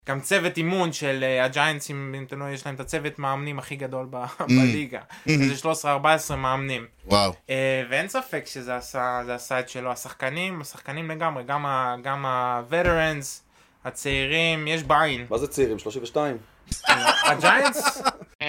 גם צוות אימון של הג'יינטסים, יש להם את הצוות מאמנים הכי גדול בליגה. זה 13-14 מאמנים. וואו. ואין ספק שזה עשה את שלו. השחקנים לגמרי, גם ה-veterans, הצעירים, יש בעין. מה זה צעירים? 32? הג'יינטס?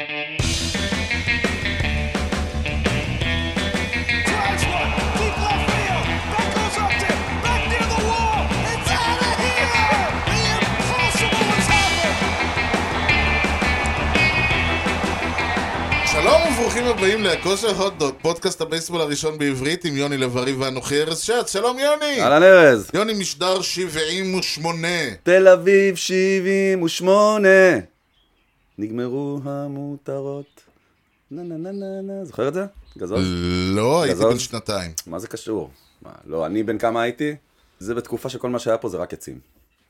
שלום וברוכים הבאים לכושר הוטדוג, פודקאסט הבייסבול הראשון בעברית עם יוני לב-ארי ואנוכי ארז שץ. שלום יוני. אהלן ארז. יוני, משדר 78. תל אביב 78. נגמרו המותרות. נה נה נה נה נה. זוכר את זה? גזוז? לא, הייתי בן שנתיים. מה זה קשור? לא, אני בן כמה הייתי? זה בתקופה שכל מה שהיה פה זה רק עצים.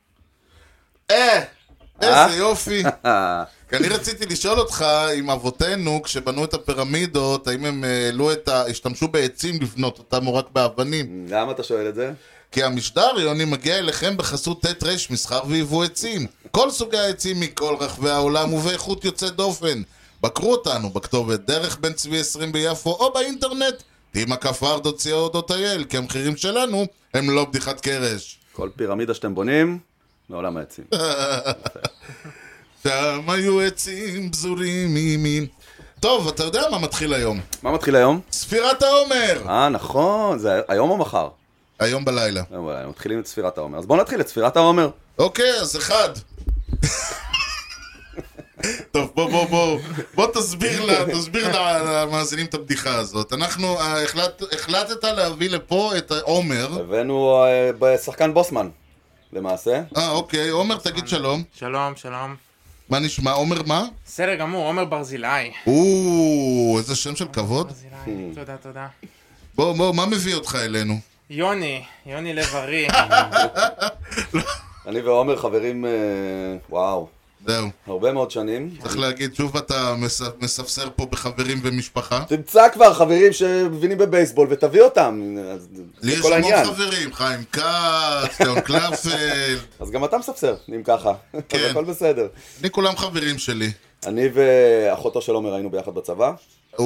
איזה יופי. כי אני רציתי לשאול אותך, עם אבותינו, כשבנו את הפירמידות, האם הם השתמשו בעצים לבנות אותם או רק באבנים? למה אתה שואל את זה? כי המשדר, יוני, מגיע אליכם בחסות ת' ר' מסחר ויבוא עצים. כל סוגי העצים מכל רחבי העולם ובאיכות יוצאת דופן. בקרו אותנו בכתובת דרך בן צבי 20 ביפו או באינטרנט, tima.co.il, כי המחירים שלנו הם לא בדיחת קרש. כל פירמידה שאתם בונים, מעולם העצים. שם היו עצים בזורים מימין. טוב, אתה יודע מה מתחיל היום? מה מתחיל היום? ספירת העומר! נכון, זה היום או מחר? היום בלילה. מתחילים את ספירת העומר. אז בואו נתחיל את ספירת העומר. אוקיי, אז אחד. טוב, בוא תסביר למאזינים את הבדיחה הזאת. אנחנו, החלטת להביא לפה את העומר. הבאנו בשחקן בוסמן, למעשה. אוקיי, עומר, תגיד שלום. שלום, שלום. מה נשמע? עומר מה? בסדר גמור, עומר ברזילאי. איזה שם של כבוד. ברזילאי, תודה. בוא, מה מביא אותך אלינו? יוני לב-ארי. אני ועומר חברים, וואו. זהו. הרבה מאוד שנים. צריך להגיד, שוב אתה מספסר פה בחברים ומשפחה. תמצא כבר חברים שמבינים בבייסבול ותביא אותם. לי יש המון חברים, חיים כץ, תיאון קלפל. אז גם אתה מספסר, אם ככה. כן. הכל בסדר. אני כולם חברים שלי. אני ואחותו של עומר היינו ביחד בצבא.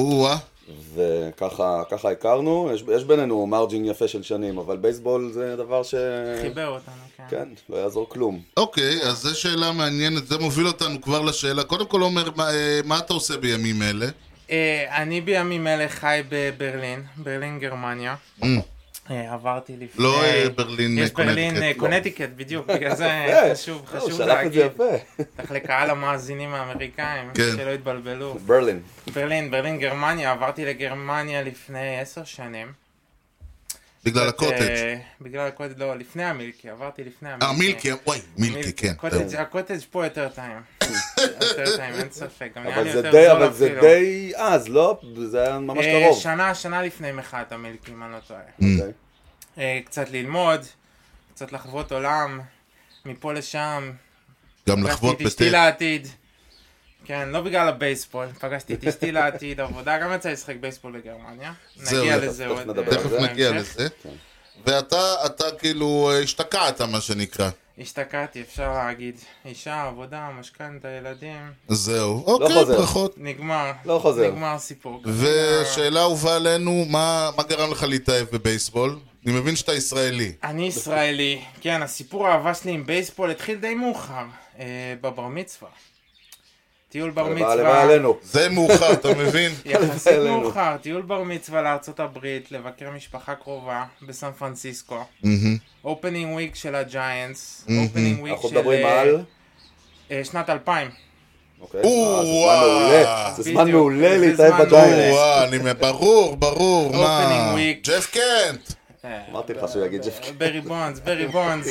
וככה הכרנו, יש בינינו מרג'ינג יפה של שנים, אבל בייסבול זה דבר חיבר אותנו, כן. כן, לא יעזור כלום. אוקיי, אז זו שאלה מעניינת, זה מוביל אותנו כבר לשאלה. קודם כל אומר, מה אתה עושה בימים אלה? אני בימים אלה חי ברלין גרמניה. עברתי לפני... לא ברלין יש ברלין קונטיקט, בדיוק, בגלל זה חשוב להגיד. צריך לקהל המאזינים האמריקאים, שלא יתבלבלו. ברלין גרמניה, עברתי לגרמניה לפני 10 שנים. בגלל הקוטג'. בגלל הקוטג', לא, לפני המילקי, עברתי לפני המילקי. מילקי, כן. הקוטג' פה יותר טעים. אין ספק. אבל זה די אז, לא? זה היה ממש קרוב. שנה לפני מחאת המילקי, אם אני לא טועה. קצת ללמוד, קצת לחוות עולם, מפה לשם. גם לחוות אשתי לעתיד. כן, לא בגלל הבייסבול, פגשתי את אשתי לעתיד עבודה, גם יצא לשחק בייסבול בגרמניה. נגיע לזה עוד. תכף נגיע לזה. ואתה כאילו השתקעת, מה שנקרא. השתקעתי, אפשר להגיד. אישה, עבודה, משכנתה, ילדים. זהו, אוקיי, ברכות. נגמר. לא חוזר. נגמר הסיפור. ושאלה הובאה עלינו, מה גרם לך להתאהב בבייסבול? אני מבין שאתה ישראלי. אני ישראלי. כן, הסיפור האהבה שלי עם בייסבול התחיל די מאוחר. בבר מצווה. טיול בר מצווה. זה מאוחר, אתה מבין? יחסית מאוחר. טיול בר מצווה לארצות הברית, לבקר משפחה קרובה בסן פרנסיסקו. אופנינג וויק של הג'יינטס. אופנינג וויק של... אנחנו מדברים על? שנת 2000. אוקיי, זה זמן מעולה להתאהב בג'יינטס. ברור, מה? ג'ף קנט. אמרתי לך שהוא יגיד ג'ף קנט. ברי בונדס.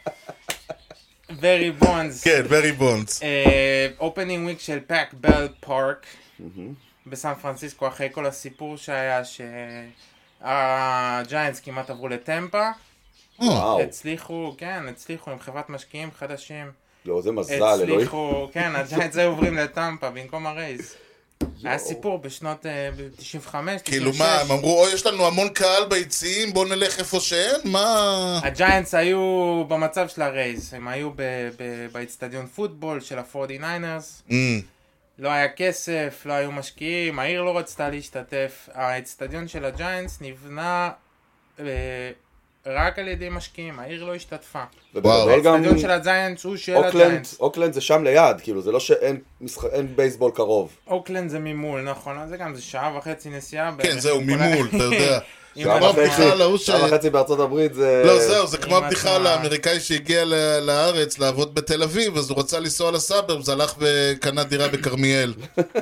ברי בונדס. כן, ברי בונדס. אופנינג וויק של פאק בל פארק בסן פרנסיסקו, אחרי כל הסיפור שהיה שהג'יינטס כמעט עברו לטמפה. הצליחו עם חברת משקיעים חדשים. לא, זה מזל, אלוהי. כן, הג'יינטס היו עוברים לטמפה במקום הרייז. היה סיפור בשנות 95, 96. כאילו מה, הם אמרו, יש לנו המון קהל ביציעים, בוא נלך איפה שאין, מה... הג'יינטס היו במצב של הרייז, הם היו באצטדיון פוטבול של ה-49ers, לא היה כסף, לא היו משקיעים, העיר לא רצתה להשתתף, האצטדיון של הג'יינטס נבנה רק על ידי משקיעים, העיר לא השתתפה. האצטדיון של הג'יינטס הוא של הג'יינטס. אוקלנד זה שם ליד, כאילו זה לא שאין בייסבול קרוב. אוקלנד זה ממול, נכון, זה גם, זה שעה וחצי נסיעה. כן, זהו, ממול, אתה יודע. שעה וחצי בארצות הברית זה... לא, זהו, זה כמו הבדיחה לאמריקאי שהגיע לארץ לעבוד בתל אביב, אז הוא רצה לנסוע לסאברבס, הלך וקנה דירה בכרמיאל.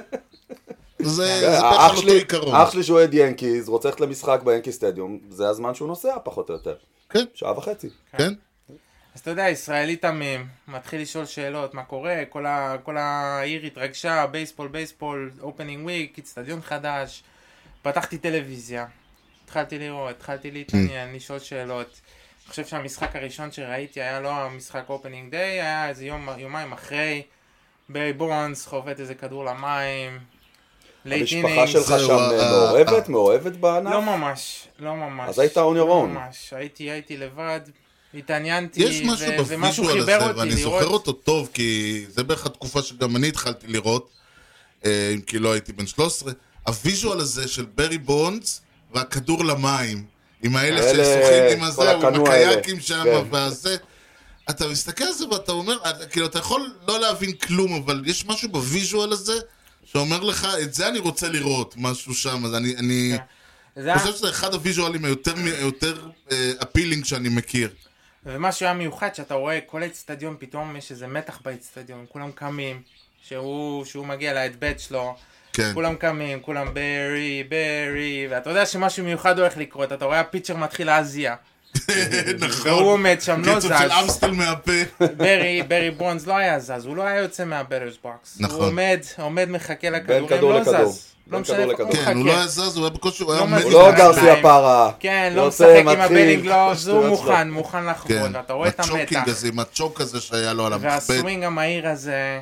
זה בכלל אותו עיקרון. אח שלי שהוא אוהד ינקיז, רוצה ללכת למשחק ביאנקי סטדיום, זה הזמן שהוא נוסע פחות או יותר. כן. שעה וחצי. כן. אז אתה יודע, ישראלי תמים, מתחיל לשאול שאלות, מה קורה, כל העיר התרגשה, בייסבול, אופנינג וויק, אצטדיון חדש, פתחתי טלוויזיה, התחלתי לראות, התחלתי להתעניין, לשאול שאלות. אני חושב שהמשחק הראשון שראיתי היה לא המשחק אופנינג דיי, היה איזה יומיים אחרי, ברי בונדס חובט איזה כדור למים, המשפחה שלך שם מעורבת בענף? לא ממש. אז היית on your own. לא ממש, הייתי לבד, התעניינתי, ומשהו חיבר אותי ואני לראות. זוכר אותו טוב, כי זה בערך התקופה שגם אני התחלתי לראות, אם כי לא הייתי בן 13, הוויז'ואל הזה של ברי בונדס והכדור למים, עם האלה ששוחים עם הזה, עם הקייקים שם והזה, אתה מסתכל על זה ואתה אומר, כאילו אתה יכול לא להבין כלום, אבל יש משהו בוויז'ואל הזה, שאומר לך, את זה אני רוצה לראות, משהו שם, אז אני חושב שזה אחד הוויז'ואלים היותר אפילינג שאני מכיר. ומשהו היה מיוחד, שאתה רואה כל האצטדיון, פתאום יש איזה מתח באצטדיון, כולם קמים, שהוא מגיע להדבט שלו, כולם קמים, כולם ברי, ואתה יודע שמשהו מיוחד הולך לקרות, אתה רואה הפיצ'ר מתחיל להזיע. נכון. והוא עומד שם, לא זז. קיצור של אמסטל מהפה. ברי בונדס לא היה זז, הוא לא היה יוצא מהבטרס בוקס. נכון. הוא עומד מחכה לכדורים, כדור לא לכדור. זז. לא משנה איפה הוא מחכה. כן, הוא לא היה זז, הוא היה בקושי, הוא היה עומד. לא גרסיה פרה. כן, לא משחק עם הבלינג גלובס, הוא מוכן לחבוד, ואתה רואה את המתח. הצ'וקינג הזה, עם הצ'וק הזה שהיה לו על המחבט. והסווינג המהיר הזה,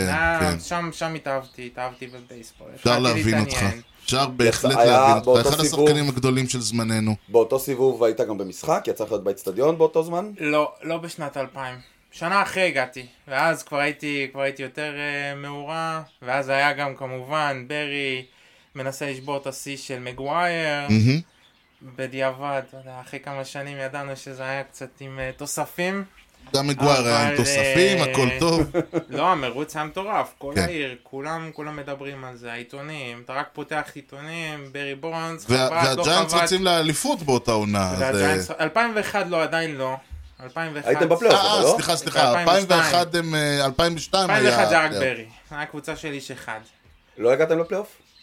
שם התאהבתי בבייסבול. אפשר להבין אותך. אפשר בהחלט להבין אותך. אחד השחקנים הגדולים של זמננו. באותו סיבוב היית גם במשחק? יצא לך להיות באצטדיון באותו זמן? לא בשנת 2000. שנה אחרי הגעתי, ואז כבר הייתי יותר מעורה, ואז היה גם כמובן ברי מנסה לשבור את השיא של מגווייר, בדיעבד, אחרי כמה שנים ידענו שזה היה קצת עם תוספים. גם מגווייר היה עם תוספים, הכל טוב. לא, המרוץ היה מטורף, כל העיר, כולם מדברים על זה, העיתונים, אתה רק פותח עיתונים, ברי בונדס, חבט, לא חבט. והג'יינטס רוצים לאליפות באותה עונה. 2001 לא, עדיין לא. 2001. הייתם בפלייאוף, לא? סליחה, 2001 2001 זה רק ברי, היה קבוצה של איש אחד. לא הגעתם לפלייאוף?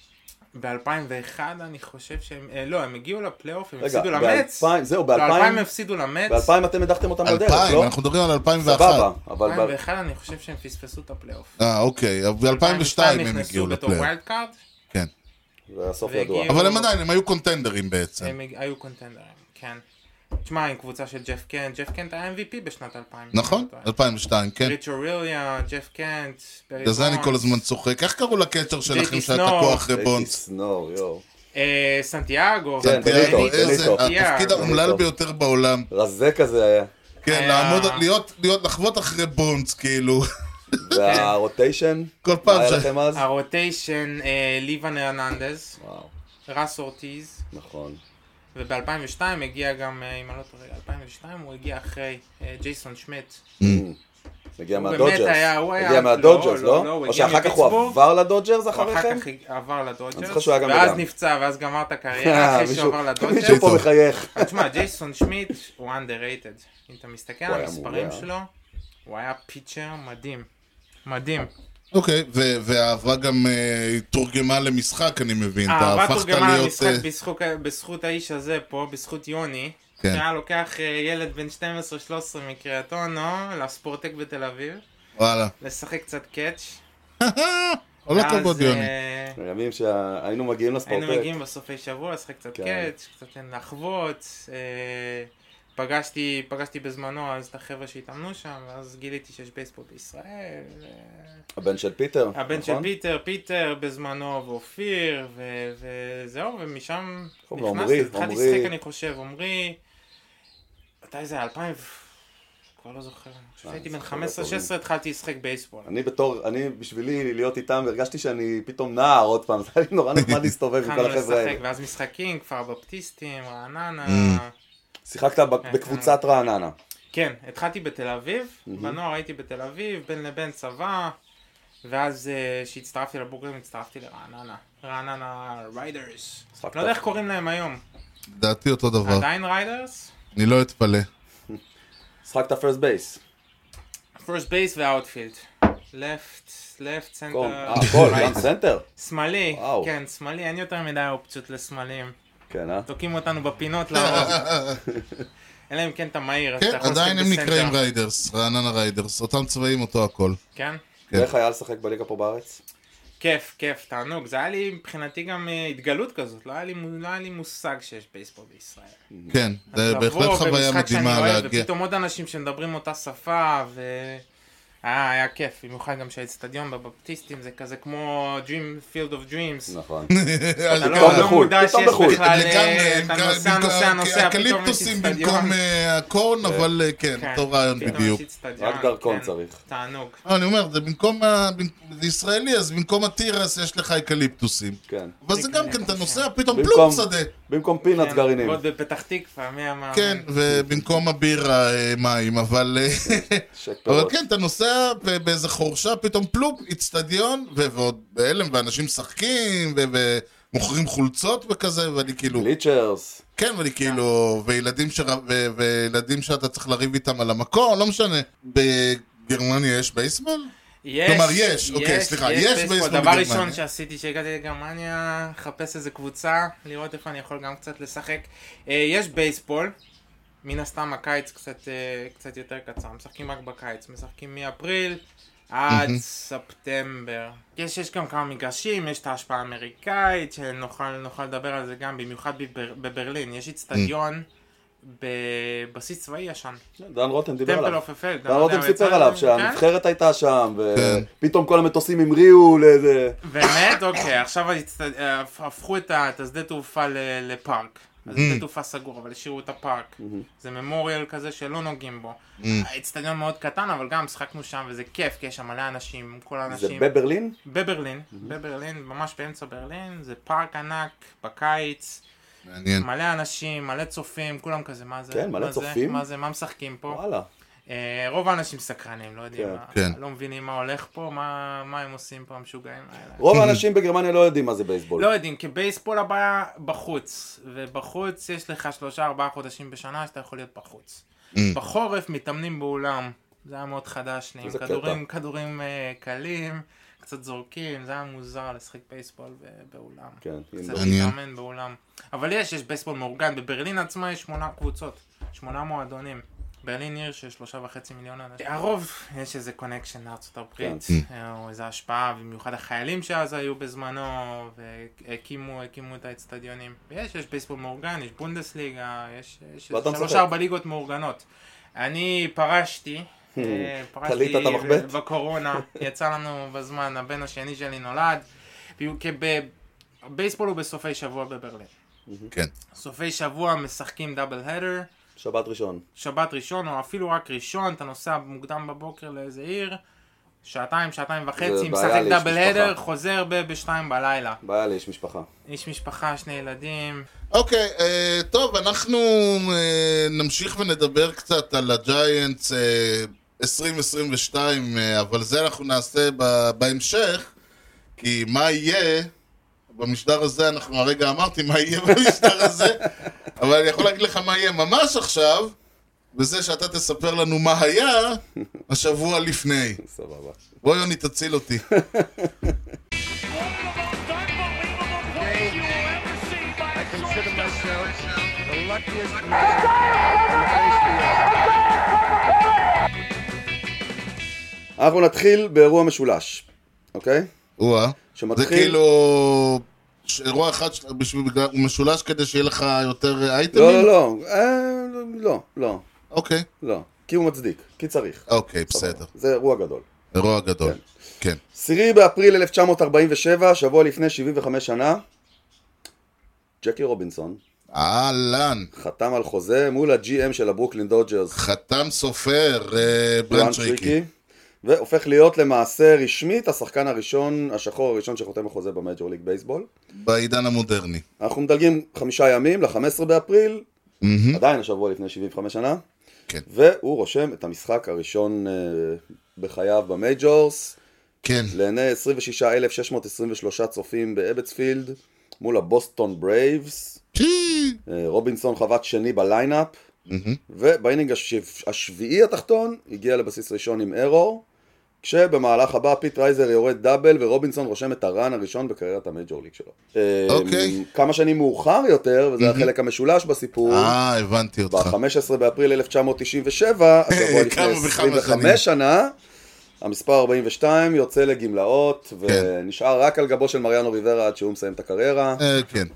ב-2001 אני חושב שהם, לא, הם הגיעו לפלייאוף, הם הפסידו למץ. זהו, ב-2000 הם הפסידו למץ. ב-2000 אתם הדחתם אותם לדרך, לא? 2000, אנחנו מדברים על 2001. סבבה, אבל... 2001 אני חושב שהם פספסו את הפלייאוף. אוקיי, ב-2002 הם הגיעו נכנסו בתור לפלייאוף. ווילד קארד. כן. והסוף ידוע. אבל הם עדיין, הם היו קונטנדרים בעצם. הם היו קונטנדרים, כן. תשמע, עם קבוצה של ג'ף קנט, ג'ף קנט היה MVP בשנת 2000. נכון, 2002, כן. ריץ' אוריליה, ג'ף קנט, ברי בונדס. לזה אני כל הזמן צוחק. איך קראו לקצ'ר שלכם שהיה תקוע אחרי בונדס? סנור, יואו. סנטיאגו. בליטו. התפקיד האומלל ביותר בעולם. רזה כזה היה. כן, להיות לחוות אחרי בונדס, כאילו. והרוטיישן? כל פעם מה היה לכם אז? הרוטיישן, ליבן הרננדז, רס אורטיז. נכון. וב-2002 הגיע גם, אם אני לא טועה, 2002 הוא הגיע אחרי ג'ייסון שמיט. הגיע מהדודג'רס, לא? או שאחר כך הוא עבר לדודג'רס אחריכם? אחר כך עבר לדודג'רס, ואז נפצע, ואז גמר את הקריירה אחרי שהוא עבר לדודג'רס. מישהו פה מחייך. תשמע, ג'ייסון שמיט הוא underrated. אם אתה מסתכל על המספרים שלו, הוא היה פיצ'ר מדהים. מדהים. אוקיי, והעברה גם תורגמה למשחק, אני מבין. העברה תורגמה למשחק בזכות האיש הזה פה, בזכות יוני. שהיה לוקח ילד בן 12-13 מקריית אונו לספורטק בתל אביב. וואלה. לשחק קצת קאץ'. לא כבוד יוני. ימים שהיינו מגיעים לספורטק. היינו מגיעים בסופי שבוע, לשחק קצת קאץ', קצת לחוות. פגשתי בזמנו אז את החבר'ה שהתאמנו שם, ואז גיליתי שיש בייסבול בישראל. הבן של פיטר, הבן של פיטר בזמנו, ואופיר, וזהו, ומשם נכנסתי, התחלתי לשחק אני חושב, עומרי, מתי זה, 2000, כבר לא זוכר, הייתי בן 15-16, התחלתי לשחק בייסבול. אני בשבילי להיות איתם, הרגשתי שאני פתאום נער עוד פעם, זה היה לי נורא נחמד להסתובב עם כל החבר'ה האלה. ואז משחקים, כפר בפטיסטים, רעננה. שיחקת בקבוצת רעננה. כן, התחלתי בתל אביב, בנוער הייתי בתל אביב, בין לבין צבא, ואז שהצטרפתי לבוגרים, הצטרפתי רעננה ריידרס. לא יודע איך קוראים להם היום. דעתי אותו דבר. עדיין ריידרס? אני לא אתפלא. שחקת פרסט בייס. פרסט בייס ואוטפילד. לפט, סנטר. הכל, גם סנטר? שמאלי, כן, שמאלי, אין יותר מדי אופציות לשמאלים. כן, תוקעים אותנו בפינות לרוב. אלא אם כן אתה מהיר, כן, עדיין הם נקראים ריידרס, רעננה ריידרס, אותם צבעים אותו הכל. כן? ואיך היה לשחק בליגה פה בארץ? כיף, תענוג. זה היה לי מבחינתי גם התגלות כזאת, לא היה לי מושג שיש בייסבול בישראל. כן, זה בהחלט חוויה מדהימה להגיע. ופתאום עוד אנשים שמדברים אותה שפה, היה כיף, במיוחד גם שהאצטדיון בבפטיסטים זה כזה כמו Field of Dreams. נכון. אתה לא מודע שיש בכלל, אתה נוסע, פתאום יש אצטדיון. במקום הקורן, אבל כן, אותו רעיון בדיוק. רק דרכון צריך. תענוג. אני אומר, זה ישראלי, אז במקום הטירס יש לך אקליפטוסים. כן. אבל זה גם כן, אתה נוסע פתאום פלום שדה. במקום פינאץ גרעינים. ועוד בפתח תקווה, מי אמר? כן, ובמקום הבירה מים, אבל כן, אתה נוסע באיזה חורשה, פתאום פלופ, אצטדיון, ועוד בהלם, ואנשים משחקים, ומוכרים חולצות וכזה, ואני כאילו... גליצ'רס. כן, ואני כאילו... וילדים שאתה צריך לריב איתם על המקור, לא משנה. בגרמניה יש בייסבול? כלומר, יש, אוקיי, סליחה, יש בייסבול בגרמניה. דבר ראשון שעשיתי שהגעתי לגרמניה, לחפש איזה קבוצה, לראות איפה אני יכול גם קצת לשחק. יש בייסבול. מן הסתם הקיץ קצת יותר קצר, משחקים רק בקיץ, משחקים מאפריל עד ספטמבר. יש גם כמה מגרשים, יש את ההשפעה האמריקאית, שנוכל לדבר על זה גם, במיוחד בברלין. יש אצטדיון בבסיס צבאי ישן. דן רוטן דיבר עליו. טמפל אוף אפל. דן רוטן סיפר עליו שהנבחרת הייתה שם, ופתאום כל המטוסים המריאו לאיזה... באמת? אוקיי, עכשיו הפכו את השדה תעופה לפארק. אז זה תעופה סגור, אבל השאירו את הפארק. זה ממוריאל כזה שלא נוגעים בו. האצטדיון מאוד קטן, אבל גם שחקנו שם, וזה כיף, כי יש שם מלא אנשים, כל האנשים... זה בברלין? בברלין, ממש באמצע ברלין. זה פארק ענק, בקיץ. מעניין. מלא אנשים, מלא צופים, כולם כזה, מה זה? כן, מלא צופים. מה משחקים פה? וואלה. רוב האנשים סקרנים, לא יודעים, לא מבינים מה הולך פה, מה הם עושים פה המשוגעים האלה. רוב האנשים בגרמניה לא יודעים מה זה בייסבול. לא יודעים, כי בייסבול הבעיה בחוץ, ובחוץ יש לך 3-4 חודשים בשנה שאתה יכול להיות בחוץ. בחורף מתאמנים באולם, זה היה מאוד חדש, כדורים קלים, קצת זורקים, זה היה מוזר לשחק בייסבול באולם. כן, קצת להתאמן באולם. אבל יש בייסבול מאורגן, בברלין עצמה יש 8 קבוצות, 8 מועדונים. ברלין עיר של 3.5 מיליון אנשים. הרוב יש איזה קונקשן לארצות הברית, או איזו השפעה, במיוחד החיילים שאז היו בזמנו, והקימו את האצטדיונים. יש בייסבול מאורגן, יש בונדסליגה, יש 3-4 ליגות מאורגנות. אני פרשתי בקורונה, יצא לנו בזמן, הבן השני שלי נולד, בייסבול הוא בסופי שבוע בברלין. כן. סופי שבוע משחקים דאבל הדר, שבת ראשון, או אפילו רק ראשון, אתה נוסע מוקדם בבוקר לאיזה עיר, שעתיים וחצי, משחק דאבל הדר, חוזר ב-2 בלילה. בעיה לי, איש משפחה. 2 ילדים. אוקיי, טוב, אנחנו נמשיך ונדבר קצת על הג'יינטס 2022, אבל זה אנחנו נעשה בהמשך, כי מה יהיה... במשדר הזה, אנחנו הרגע אמרתי מה יהיה במשדר הזה, אבל אני יכול להגיד לך מה יהיה ממש עכשיו, וזה שאתה תספר לנו מה היה השבוע לפני. סבבה. בוא יוני, תציל אותי. אנחנו נתחיל באירוע משולש, אוקיי? זה כאילו אירוע אחד הוא משולש כדי שיהיה לך יותר אייטמים? לא. אוקיי. לא, כי הוא מצדיק, כי צריך. אוקיי, בסדר. זה אירוע גדול. אירוע גדול, כן. 10 באפריל 1947, שבוע לפני 75 שנה, ג'קי רובינסון. אהלן. חתם על חוזה מול ה-GM של הברוקלין דודג'רס. חתם סופר, ברנץ' ריקי. והופך להיות למעשה רשמית השחקן הראשון, השחור הראשון שחותם החוזה במייג'ור ליג בייסבול. בעידן המודרני. אנחנו מדלגים 5 ימים, ל-15 באפריל, עדיין השבוע לפני 75 שנה. כן. והוא רושם את המשחק הראשון בחייו במייג'ורס. כן. לעיני 26,623 צופים באבטספילד, מול הבוסטון ברייבס. רובינסון חבט שני בליינאפ. ובאינינג השביעי התחתון הגיע לבסיס ראשון עם ארור, כשבמהלך הבא פיט רייזר יורד דאבל ורובינסון רושם את הרן הראשון בקריירת המייג'ור ליג שלו. כמה שנים מאוחר יותר, וזה החלק המשולש בסיפור, הבנתי אותך. ב-15 באפריל 1997, השבוע לפני 25 שנה, המספר 42 יוצא לגמלאות, ונשאר רק על גבו של מריאנו ריברה עד שהוא מסיים את הקריירה. כן.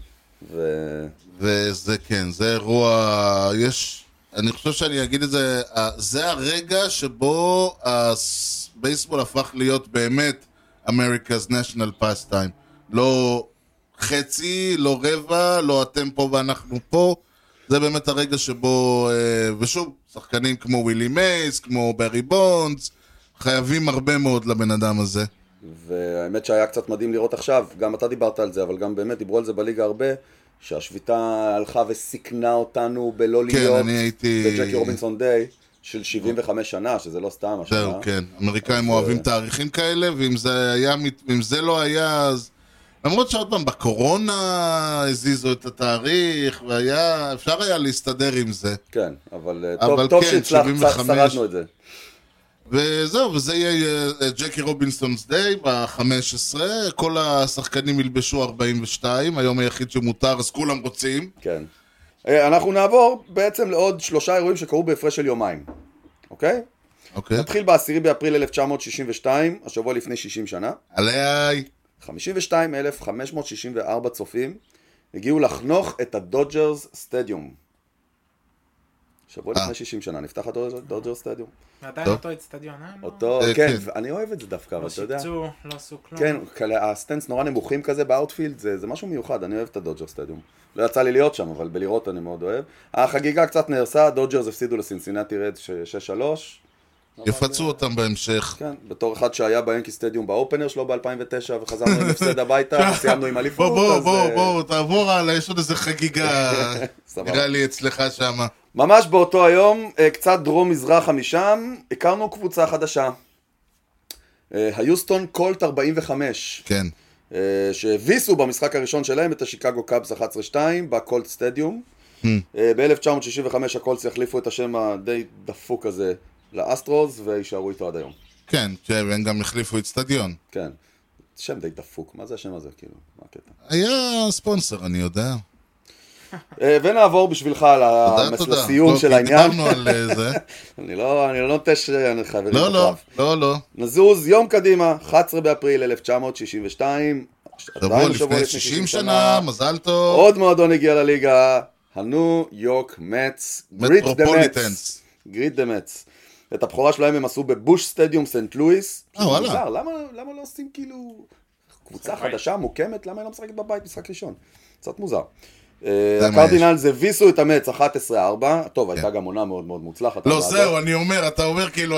וזה כן, זה אירוע, אני חושב שאני אגיד את זה, זה הרגע שבו הבייסבול הפך להיות באמת America's National Pastime. לא חצי, לא רבע, לא אתם פה ואנחנו פה. זה באמת הרגע שבו, ושוב, שחקנים כמו ווילי מייס, כמו ברי בונדס, חייבים הרבה מאוד לבן אדם הזה. והאמת שהיה קצת מדהים לראות עכשיו, גם אתה דיברת על זה, אבל גם באמת דיברו על זה בליגה הרבה, שהשביתה הלכה וסיכנה אותנו בלא להיות בג'קי רובינסון דיי של 75 שנה, שזה לא סתם השנה. זהו, כן. אמריקאים אוהבים תאריכים כאלה, ואם זה לא היה, אז... למרות שעוד פעם, בקורונה הזיזו את התאריך, אפשר היה להסתדר עם זה. כן, אבל טוב ששרדנו את זה. וזהו, וזה יהיה ג'קי רובינסונס דיי ב-15, כל השחקנים ילבשו 42, היום היחיד שמותר, אז כולם רוצים. כן. אנחנו נעבור בעצם לעוד 3 אירועים שקרו בהפרש של יומיים, אוקיי? אוקיי. נתחיל ב10 באפריל 1962, השבוע לפני 60 שנה. עליי. 52,564 צופים הגיעו לחנוך את הדודג'רס סטדיום. שבוע לפני 60 שנה, נפתח הדודג'רס סטדיום. ועדיין אותו אצטדיון, אותו, כן, אני אוהב את זה דווקא, אבל אתה יודע. לא שיפצו, לא עשו כלום. כן, הסטנס נורא נמוכים כזה באוטפילד, זה משהו מיוחד, אני אוהב את הדודג'רס סטדיום. לא יצא לי להיות שם, אבל בלראות אני מאוד אוהב. החגיגה קצת נהרסה, הדודג'רס הפסידו לסינסינטי רדס 6-3. יפצו אותם בהמשך. כן, בתור אחד שהיה ביאנקי סטדיום באופנר שלו ב-2009 וחזרנו עם הפסד הביתה וסיימנו עם אליפות. בוא, תעבור הלאה, יש עוד איזה חגיגה, נראה לי אצלך שם. ממש באותו היום, קצת דרום מזרחה משם, הכרנו קבוצה חדשה. היוסטון קולט 45. כן. שהביסו במשחק הראשון שלהם את השיקגו קאבס 11-2 בקולט סטדיום. ב-1965 הקולטס יחליפו את השם הדי דפוק הזה לאסטרוס וישארו איתו עד היום. כן, והם גם החליפו את סטדיון. כן. שם די דפוק, מה זה השם הזה כאילו? מה הקטע? היה ספונסר, אני יודע. ונעבור בשבילך לסיום של העניין. דיברנו על זה. אני לא נוטש חברים. לא. נזוז יום קדימה, 11 באפריל 1962. שבוע לפני 60 שנה, מזל טוב. עוד מועדון הגיע לליגה, הניו יורק מצ. מטרופוליטנס. גריט דה מצ. את הבכורה שלהם הם עשו בבוש סטדיום סנט לואיס. וואלה. למה לא עושים כאילו קבוצה חדשה, מוקמת? למה היא לא משחקת בבית משחק ראשון? קצת מוזר. הקרדינלס הביסו את המץ 11-4, טוב, הייתה גם עונה מאוד מאוד מוצלחת. לא, זהו, אני אומר, אתה אומר כאילו,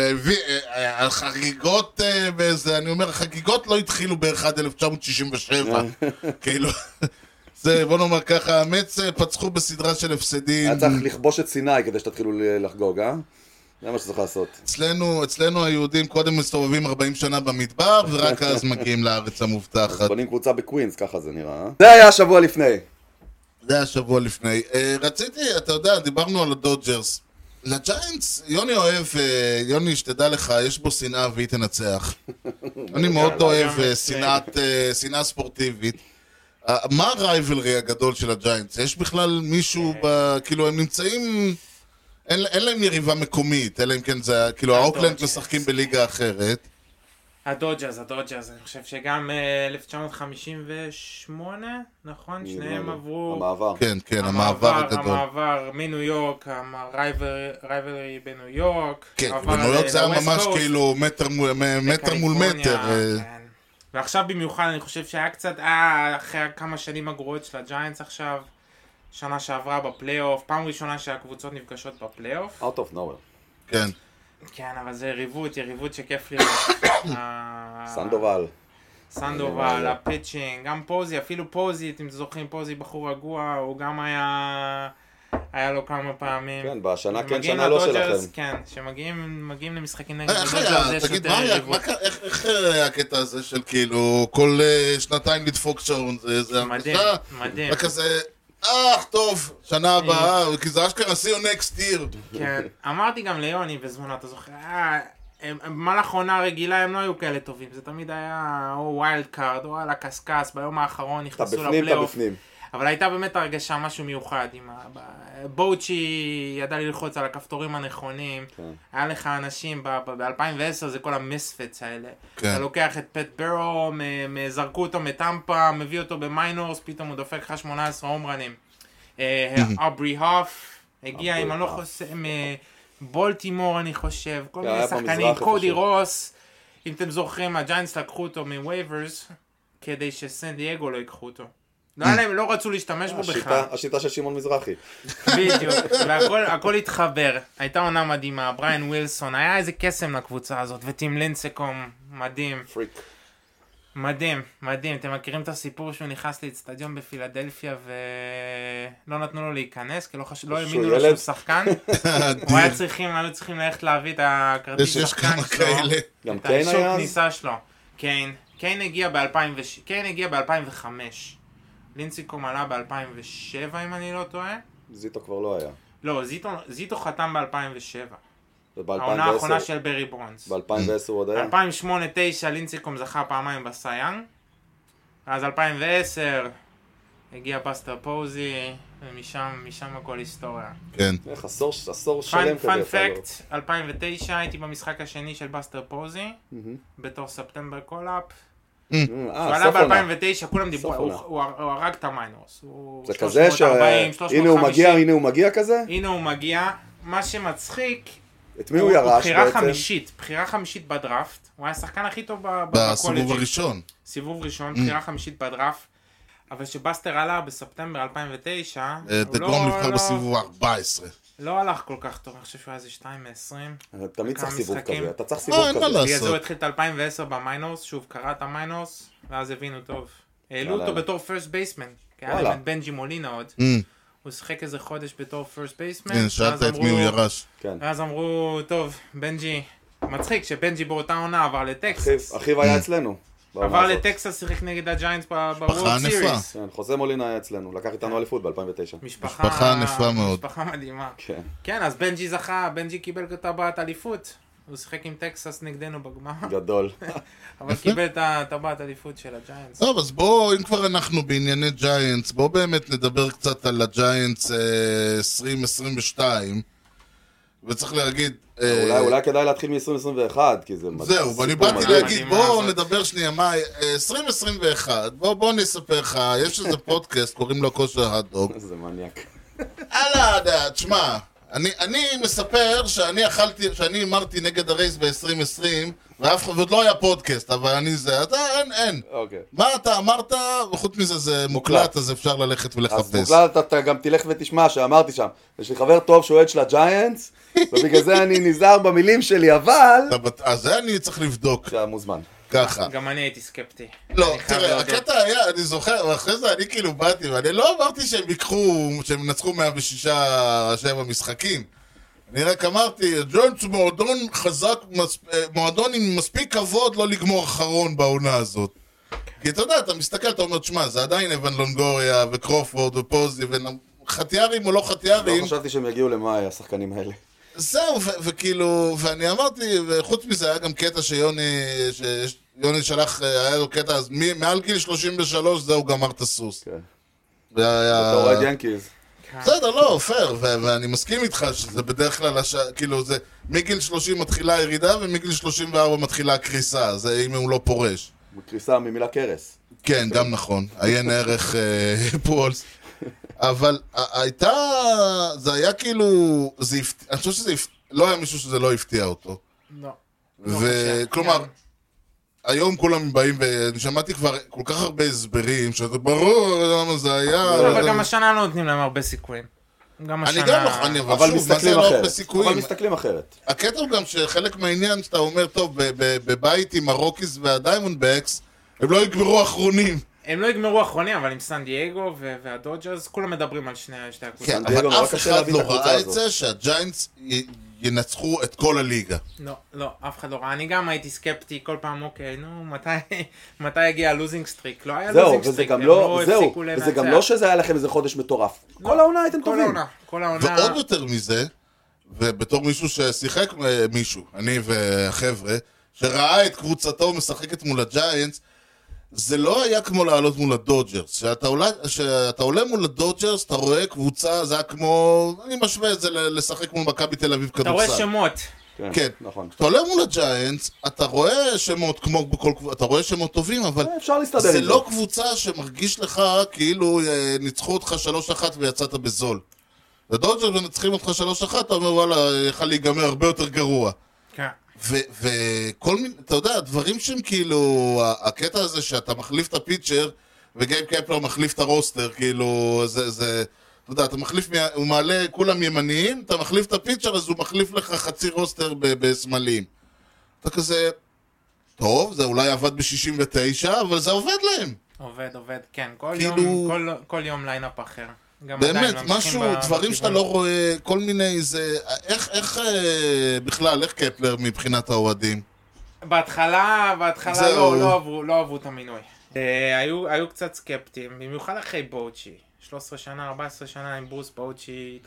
החגיגות בזה, אני אומר, החגיגות לא התחילו ב-1967, כאילו, זה, בוא נאמר ככה, המץ פצחו בסדרה של הפסדים. היה צריך לכבוש את סיני כדי שתתחילו לחגוג, זה מה שצריך לעשות. אצלנו היהודים קודם מסתובבים 40 שנה במדבר, ורק אז מגיעים לארץ המובטחת. אז בונים קבוצה בקווינס, ככה זה נראה. זה היה השבוע לפני. זה השבוע לפני. רציתי, אתה יודע, דיברנו על הדודג'רס. לג'יינטס, יוני אוהב, יוני, שתדע לך, יש בו שנאה והיא תנצח. אני מאוד אוהב שנאה ספורטיבית. מה הרייבלרי הגדול של הג'יינטס? יש בכלל מישהו, כאילו הם נמצאים, אין להם יריבה מקומית, אלא אם כן זה, כאילו האוקלנד משחקים בליגה אחרת. הדודג'רס, אני חושב שגם 1958, נכון? שניהם עברו... המעבר. כן, המעבר הגדול. המעבר מניו יורק, הרייבלרי בניו יורק. כן, בניו יורק זה היה ממש כאילו מטר מול מטר. ועכשיו במיוחד אני חושב שהיה קצת, אחרי כמה שנים הגרועות של הג'יינטס עכשיו, שנה שעברה בפלייאוף, פעם ראשונה שהקבוצות נפגשות בפלייאוף. Out of nowhere. כן. כן, אבל זה יריבות שכיף לראות. סנדובל, הפיצ'ינג, גם פוזי, אפילו פוזי, אתם זוכרים, פוזי בחור רגוע, הוא גם היה לו כמה פעמים. כן, בשנה כן, שנה לא שלכם. כן, שמגיעים למשחקים נגד. תגיד, איך הקטע הזה של כאילו, כל שנתיים לדפוק שעון, זה מדהים, מדהים. וכזה, טוב, שנה הבאה, כי זה אשכרה see you next year. כן, אמרתי גם ליוני בזמן, אתה זוכר, במהלך עונה רגילה הם לא היו כאלה טובים, זה תמיד היה או ווילד קארד או על הקסקס, ביום האחרון נכנסו לפלייאוף. אבל הייתה באמת הרגשה משהו מיוחד, עם בואוצ'י ידע ללחוץ על הכפתורים הנכונים, היה לך אנשים, ב-2010 זה כל המיספטס האלה, אתה לוקח את פט ברו, זרקו אותו מטמפה, מביא אותו במיינורס, פתאום הוא דופק לך 18 הומרנים. אברי הוף, הגיע עם בולטימור אני חושב, כל מיני שחקנים, קודי רוס, אם אתם זוכרים, הג'יינטס לקחו אותו מווייברס, כדי שסן דייגו לא ייקחו אותו. לא רצו להשתמש בו בכלל. השיטה של שמעון מזרחי. בדיוק, והכל התחבר. הייתה עונה מדהימה, בריין ווילסון, היה איזה קסם לקבוצה הזאת, וטים לינסקום, מדהים. פריק. מדהים. אתם מכירים את הסיפור שהוא נכנס לאצטדיון בפילדלפיה ולא נתנו לו להיכנס, כי לא האמינו לו שהוא שחקן. הוא היו צריכים ללכת להביא את הכרטיס שחקן שלו. גם קיין היה? כניסה שלו. קיין הגיע ב-2005. לינסיקום עלה ב-2007 אם אני לא טועה. זיטו כבר לא היה. לא, זיטו חתם ב-2007. העונה האחרונה של ברי בונדס. ב-2010 הוא עוד היה? 2008-2009 לינסיקום זכה פעמיים בסייאנג. אז 2010 הגיע בסטר פוזי, ומשם הכל היסטוריה. כן. איך עשור שלם כזה. פאנ פקט, 2009 הייתי במשחק השני של בסטר פוזי, בתור ספטמבר קולאפ. הוא עלה ב-2009, כולם דיברו, הוא הרג את המיינורס. זה כזה הנה הוא מגיע כזה? הנה הוא מגיע, מה שמצחיק, את מי הוא ירש בחירה חמישית בדראפט, הוא היה השחקן הכי טוב בסיבוב הראשון. סיבוב ראשון, בחירה חמישית בדראפט, אבל שבסטר עלה בספטמבר 2009, דגום נבחר בסיבוב 14. לא הלך כל כך טוב, אני חושב שהוא היה איזה 2 מ-20. תמיד צריך סיבוב כזה, אתה צריך סיבוב כזה. בגלל זה הוא התחיל את 2010 במיינורס, שוב קרא את המיינורס, ואז הבינו טוב. העלו אותו בתור פרסט בייסמן, כי היה להם את בנג'י מולינה עוד. הוא שחק איזה חודש בתור פרסט בייסמן. שאלת את מי הוא ירש. ואז אמרו, טוב, בנג'י, מצחיק שבנג'י באותה עונה עבר לטקסס. אחיו היה אצלנו. עבר לטקסס, שיחק נגד הג'יינטס בוורלד סיריס. חוזה מולינה היה אצלנו, לקח איתנו אליפות ב-2009. משפחה נפה מאוד. משפחה מדהימה. כן, אז בנג'י זכה, בנג'י קיבל את טבעת אליפות. הוא שיחק עם טקסס נגדנו בגמר. גדול. אבל קיבל את הטבעת אליפות של הג'יינטס. טוב, אז בואו, אם כבר אנחנו בענייני ג'יינטס, בואו באמת נדבר קצת על הג'יינטס 2022. וצריך להגיד... אולי כדאי להתחיל מ-2021, כי זה... זהו, ואני באתי להגיד, בואו נדבר שנייה, מה... 2021, בואו נספר לך, יש איזה פודקאסט, קוראים לו כושר הדוג. זה מניאק. אללה, תשמע, אני מספר שאני אמרתי נגד הרייס ב-2020, ואף אחד עוד לא היה פודקאסט, אבל אני זה, אתה אין. מה אתה אמרת, וחוץ מזה זה מוקלט, אז אפשר ללכת ולחפש. אז מוקלט אתה גם תלך ותשמע שאמרתי שם, יש לי חבר טוב שאוהד של הג'יינטס, ובגלל זה אני נזהר במילים שלי, אבל... אז זה אני צריך לבדוק. זה מוזמן. ככה. גם אני הייתי סקפטי. לא, תראה, הקטע היה, אני זוכר, ואחרי זה אני כאילו באתי, ואני לא אמרתי שהם נצחו 106 משחקים. אני רק אמרתי, ג'יינטס הוא מועדון חזק, מועדון עם מספיק כבוד לא לגמור אחרון בעונה הזאת. כי אתה יודע, אתה מסתכל, אתה אומר, תשמע, זה עדיין אבן לונגוריה וקרופורד ופוזי, וחתיארים או לא חתיארים. לא חשבתי שהם יגיעו למאי, השחקנים האלה. זהו, וכאילו, ואני אמרתי, וחוץ מזה היה גם קטע שיוני שלח, היה לו קטע, אז מעל גיל 33 זהו גמר את הסוס. כן. אתה רואה ינקיז. בסדר, לא, פייר, ואני מסכים איתך שזה בדרך כלל, כאילו זה, מגיל 30 מתחילה ירידה ומגיל 34 מתחילה הקריסה, זה אם הוא לא פורש. קריסה ממילה קרס. כן, גם נכון, עיין ערך פולס. אבל הייתה, זה היה כאילו, אני חושב שזה, לא היה מישהו שזה לא הפתיע אותו. לא. וכלומר, היום כולם באים, ואני שמעתי כבר כל כך הרבה הסברים, שאתה ברור למה זה היה... אבל גם השנה לא נותנים להם הרבה סיכויים. אני גם לא, אבל שוב, מה זה לא הרבה סיכויים? אבל מסתכלים אחרת. הקטע הוא גם שחלק מהעניין שאתה אומר, טוב, בבית עם הרוקיס והדיימונד בקס, הם לא יגמרו אחרונים. הם לא יגמרו אחרונים, אבל עם סן דייגו והדודג'רס, כולם מדברים על שתי הקבוצות. כן, אבל אף אחד לא ראה את זה שהג'יינטס ינצחו את כל הליגה. לא, אף אחד לא ראה. אני גם הייתי סקפטי כל פעם, אוקיי, נו, מתי יגיע הלוזינג סטריק? לא היה לוזינג סטריק, הם לא הפסיקו לנצח. וזה גם לא שזה היה לכם איזה חודש מטורף. כל העונה הייתם טובים. כל העונה. ועוד יותר מזה, ובתור מישהו ששיחק מישהו, אני והחבר'ה, שראה את קבוצתו משחקת מול הג'יינטס, זה לא היה כמו לעלות מול הדודג'רס. שאתה עולה מול הדודג'רס, אתה רואה קבוצה, זה היה כמו... אני משווה את זה לשחק מול מכבי תל אביב כדורסל. אתה רואה שמות. כן, נכון. אתה עולה מול הג'יינטס, אתה רואה שמות כמו בכל קבוצה, אתה רואה שמות טובים, אבל זה לא קבוצה שמרגיש לך כאילו ניצחו אותך 3-1 ויצאת בזול. הדודג'רס מנצחים אותך 3-1, אתה אומר וואלה, יכול להיגמר הרבה יותר גרוע. כן. וכל מיני, אתה יודע, דברים שהם כאילו, הקטע הזה שאתה מחליף את הפיצ'ר וגייב קפלר מחליף את הרוסטר, כאילו, זה, אתה יודע, אתה מחליף, הוא מעלה כולם ימניים, אתה מחליף את הפיצ'ר, אז הוא מחליף לך חצי רוסטר בסמלים. אתה כזה, טוב, זה אולי עבד ב-69, אבל זה עובד להם. עובד, כן, כל יום ליינאפ אחר. באמת, משהו, דברים שאתה לא רואה, כל מיני זה, איך בכלל, איך קפלר מבחינת האוהדים? בהתחלה לא אהבו את המינוי. היו קצת סקפטיים, במיוחד אחרי בוצ'י. 13 שנה, 14 שנה עם ברוס בוצ'י,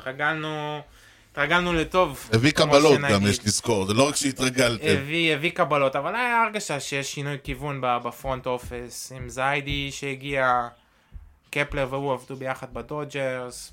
התרגלנו לטוב. הביא קבלות גם, יש לזכור, זה לא רק שהתרגלתם. הביא קבלות, אבל היה הרגשה שיש שינוי כיוון בפרונט אופס, עם זיידי שהגיע... קפלר והוא עבדו ביחד בדודג'רס,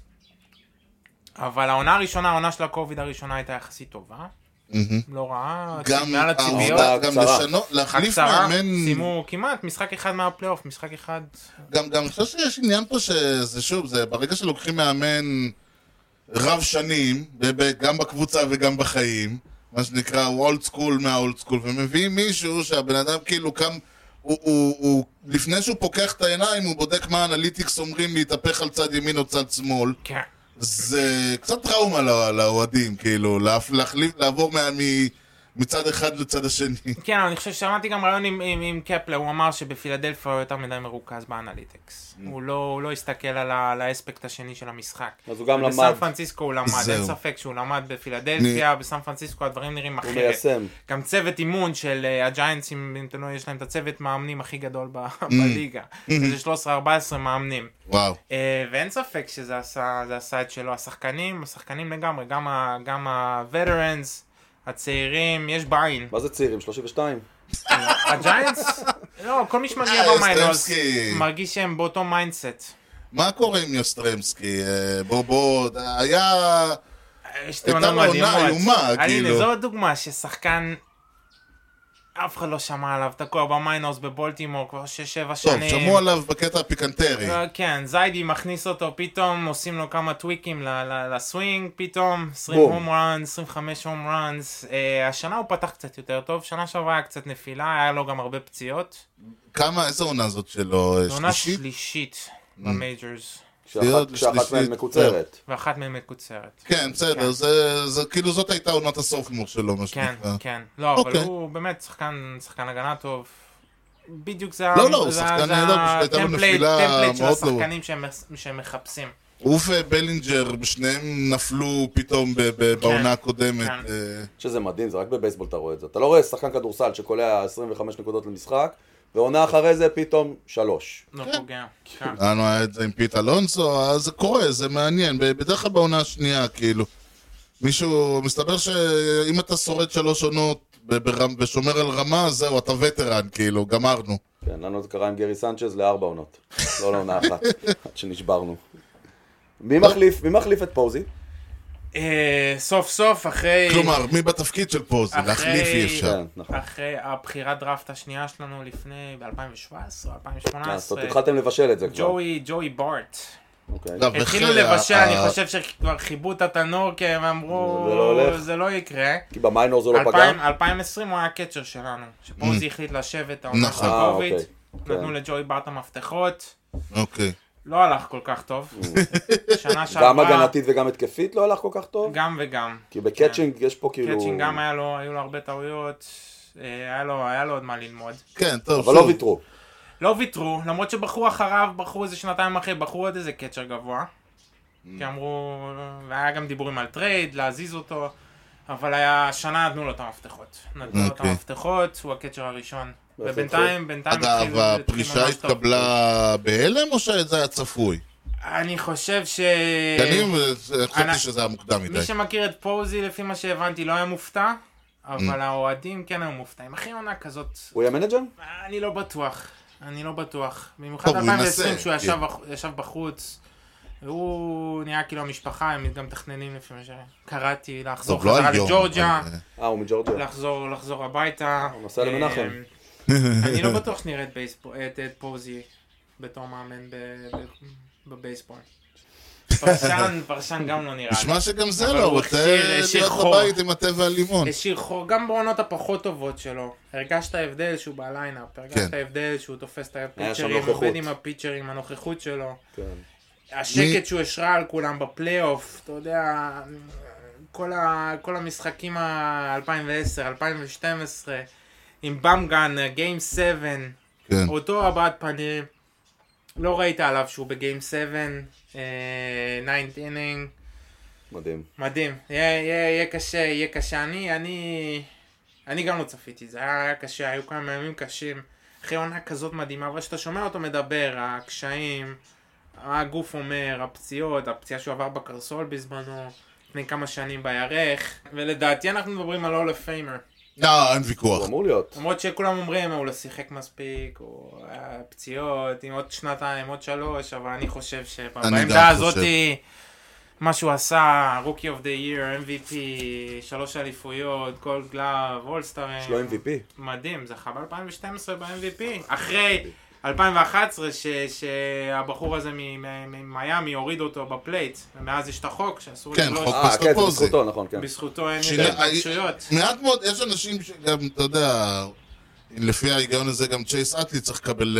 אבל העונה הראשונה, העונה של הקוביד הראשונה הייתה יחסית טובה, לא רעה, מעל הציפיות, גם להחליף מאמן, שימו כמעט משחק אחד מהפלייאוף, משחק אחד. גם אני חושב שיש עניין פה שזה שוב, זה ברגע שלוקחים מאמן רב שנים, גם בקבוצה וגם בחיים, מה שנקרא אולד סקול מהאולד סקול, ומביאים מישהו שהבן אדם כאילו קם, הוא לפני שהוא פוקח את העיניים, הוא בודק מה האנליטיקס אומרים להתהפך על צד ימין או צד שמאל. כן. זה קצת טראומה לאוהדים, כאילו, לעבור מצד אחד לצד השני. כן, אני חושב ששמעתי גם רעיון עם קפלר, הוא אמר שבפילדלפיה הוא יותר מדי מרוכז באנליטיקס. הוא לא הסתכל על האספקט השני של המשחק. אז הוא גם למד. בסן פרנסיסקו הוא למד, אין ספק שהוא למד בפילדלפיה, בסן פרנסיסקו הדברים נראים אחרת. הוא מיישם. גם צוות אימון של הג'יינטס, אם אתם לא, יש להם את הצוות מאמנים הכי גדול בליגה. זה 13-14 מאמנים. וואו. ואין ספק שזה עשה את שלו. השחקנים לגמרי, גם הווטרנס, הצעירים, יש בעין. מה זה צעירים? 32? הג'יינטס? לא, כל מי שמגיע במיינוס מרגיש שהם באותו מיינדסט. מה קורה עם יוסטרמסקי? בוא, היה... הייתה לו עונה איומה, כאילו. זו דוגמה ששחקן... אף אחד לא שמע עליו, תקוע במיינוס בבולטימור כבר 6-7 שנים. טוב, שמעו עליו בקטע הפיקנטרי. כן, זיידי מכניס אותו, פתאום עושים לו כמה טוויקים לסווינג, פתאום 20 הום ראנס, 25 הום ראנס. השנה הוא פתח קצת יותר טוב, שנה שעברה היה קצת נפילה, היה לו גם הרבה פציעות. איזה עונה זאת שלו? עונה שלישית במייג'רס. כשאחת מהן מקוצרת. ואחת מהן מקוצרת. כן, בסדר, זה כאילו זאת הייתה עונת הסופמור שלו, מה שנקרא. כן, כן. לא, אבל הוא באמת שחקן הגנה טוב. בדיוק זה הטמפלייט של השחקנים שהם מחפשים. הוא ובלינג'ר, שניהם נפלו פתאום בעונה הקודמת. שזה מדהים, זה רק בבייסבול אתה רואה את זה. אתה לא רואה שחקן כדורסל שקולע 25 נקודות למשחק, ועונה אחרי זה פתאום 3. לא פוגע. לנו היה את זה עם פיט אלונסו, אז זה קורה, זה מעניין. בדרך כלל בעונה השנייה, כאילו. מישהו, מסתבר שאם אתה שורד 3 עונות ושומר על רמה, זהו, אתה וטרן, כאילו, גמרנו. כן, לנו זה קרה עם גרי סנצ'ז ל4 עונות. לא לעונה אחת, עד שנשברנו. מי מחליף את פוזי? סוף סוף אחרי... כלומר, מי בתפקיד של פוזי? להחליף אי אפשר. אחרי הבחירת דראפט השנייה שלנו לפני ב-2017, 2018. זאת התחלתם לבשל את זה כבר. ג'וי בארט. התחילו לבשל, אני חושב שכבר חיבו את התנור, כי הם אמרו, זה לא יקרה. כי במיינור זה לא פגע. 2020 הוא היה הקצ'ר שלנו, שפוזי החליט לשבת, העונה של קוביד, נתנו לג'וי בארט המפתחות. אוקיי. לא הלך כל כך טוב. גם הגנתית וגם התקפית לא הלך כל כך טוב? גם וגם. כי בקאצ'ינג יש פה כאילו... קאצ'ינג גם היו לו הרבה טעויות, היה לו עוד מה ללמוד. כן, טוב. אבל לא ויתרו. לא ויתרו, למרות שבחרו אחריו, בחרו איזה שנתיים אחרי, בחרו עוד איזה קאצ'ר גבוה. כי אמרו, והיה גם דיבורים על טרייד, להזיז אותו, אבל השנה נתנו לו את המפתחות. נתנו לו את המפתחות, הוא הקאצ'ר הראשון. ובינתיים... אגב, הפרישה התקבלה בהלם או שזה היה צפוי? אני חושב אני חשבתי שזה היה מוקדם מדי. מי שמכיר את פוזי, לפי מה שהבנתי, לא היה מופתע, אבל האוהדים כן היו מופתעים. אחרי עונה כזאת... הוא היה מנג'ר? אני לא בטוח. במיוחד 2020 שהוא ישב בחוץ, והוא נהיה כאילו המשפחה, הם גם מתכננים לפי מה שקראתי, לחזור חזרה לג'ורג'יה. הוא מג'ורג'יה. לחזור הביתה. הוא נוסע למנחם. אני לא בטוח שנראה את פוזי בתור מאמן בבייסבול. פרשן גם לא נראה. נשמע שגם זה לא, הוא רוצה להיות בבית עם התה והלימון. השאיר חור, גם בעונות הפחות טובות שלו. הרגשת ההבדל שהוא בליינאפ, הרגשת ההבדל שהוא תופס את הפיצ'רים, עובד עם הפיצ'רים, הנוכחות שלו. השקט שהוא השרה על כולם בפלייאוף, אתה יודע, כל המשחקים ה-2010, 2012, עם במגן, גיים 7, אותו הבעת פנים, לא ראית עליו שהוא בגיים 7, 9th inning. מדהים. יהיה קשה. אני גם לא צפיתי, זה היה קשה, היו כמה ימים קשים. אחרי עונה כזאת מדהימה, אבל שאתה שומע אותו מדבר, הקשיים, הגוף אומר, הפציעה שהוא עבר בקרסול בזמנו, לפני כמה שנים בירך, ולדעתי אנחנו מדברים על Hall of Famer. לא, אין ויכוח. הוא אמור להיות. למרות שכולם אומרים, הוא לא שיחק מספיק, הוא היה פציעות, עם עוד שנתיים, עוד 3, אבל אני חושב שבעמדה הזאת, מה שהוא עשה, Rookie of the Year, MVP, 3 אליפויות, Gold Glove, All-Star. יש לו MVP. מדהים, זכה ב-2012 ב-MVP. אחרי 2011, שהבחור הזה ממיימי הוריד אותו בפלייט, ומאז יש את החוק שאסור לגלוש. כן, בזכותו, נכון, כן. בזכותו אין התפרשויות. מעט מאוד, יש אנשים שגם, אתה יודע, לפי ההיגיון הזה גם צ'ייס אטלי צריך לקבל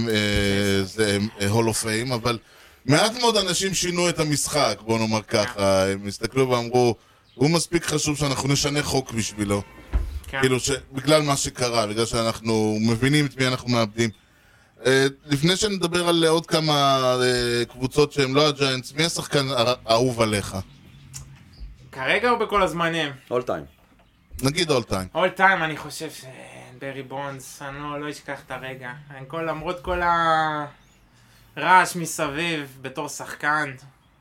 Hall of Fame, אבל מעט מאוד אנשים שינו את המשחק, בוא נאמר ככה, הם הסתכלו ואמרו, הוא מספיק חשוב שאנחנו נשנה חוק בשבילו. כאילו שבגלל מה שקרה, בגלל שאנחנו מבינים את מי אנחנו מאבדים. לפני שנדבר על עוד כמה קבוצות שהן לא הג'יינטס, מי השחקן האהוב עליך? כרגע או בכל הזמנים? All time. נגיד all time. all time אני חושב שברי בונדס, אני לא אשכח את הרגע. למרות כל הרעש מסביב בתור שחקן,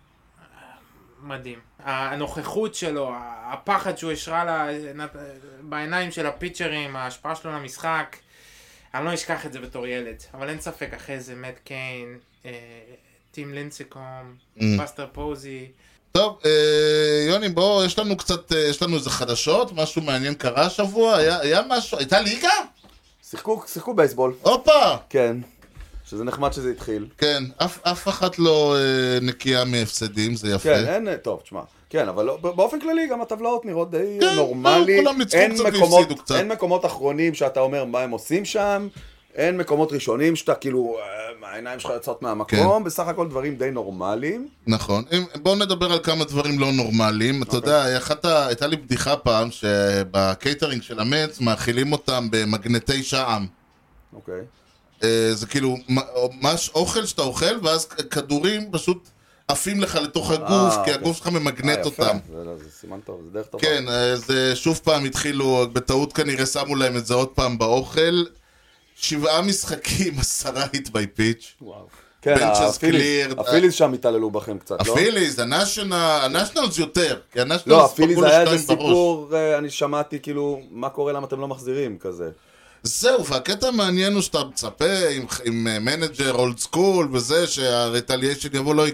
מדהים. הנוכחות שלו, הפחד שהוא השרה בעיניים של הפיצ'רים, ההשפעה שלו למשחק, אני לא אשכח את זה בתור ילד, אבל אין ספק אחרי זה, מאט קיין, טים לינסיקום, בסטר פוזי. טוב, יוני, בוא, יש לנו איזה חדשות, משהו מעניין קרה השבוע, היה משהו, הייתה ליגה? שיחקו בייסבול. הופה! כן, שזה נחמד שזה התחיל. כן, אף אחת לא נקייה מהפסדים, זה יפה. כן, אין, טוב, תשמע. כן, אבל באופן כללי גם הטבלאות נראות די נורמלי. כולם ניצחו קצת והפסידו קצת. אין מקומות אחרונים שאתה אומר מה הם עושים שם, אין מקומות ראשונים שאתה כאילו, העיניים שלך יוצאות מהמקום, בסך הכל דברים די נורמליים. נכון. בואו נדבר על כמה דברים לא נורמליים. אתה יודע, הייתה לי בדיחה פעם שבקייטרינג של המץ מאכילים אותם במגנטי שעם. אוקיי. זה כאילו, אוכל שאתה אוכל, ואז כדורים פשוט עפים לך לתוך הגוף, כי הגוף שלך ממגנט אותם. זה סימן טוב, זה דרך טובה. כן, זה שוב פעם התחילו, בטעות כנראה שמו להם את זה עוד פעם באוכל. 7 משחקים, 10 hit by pitch. וואו. כן, הפיליז שם התעללו בכם קצת, לא? הפיליז, הנשיונלס יותר. לא, הפיליז היה איזה סיפור, אני שמעתי כאילו, מה קורה למה אתם לא מחזירים כזה. זהו, והקטע המעניין הוא שאתה מצפה עם מנג'ר, אולד סקול וזה, שהרטליישן יבוא לא הגיע.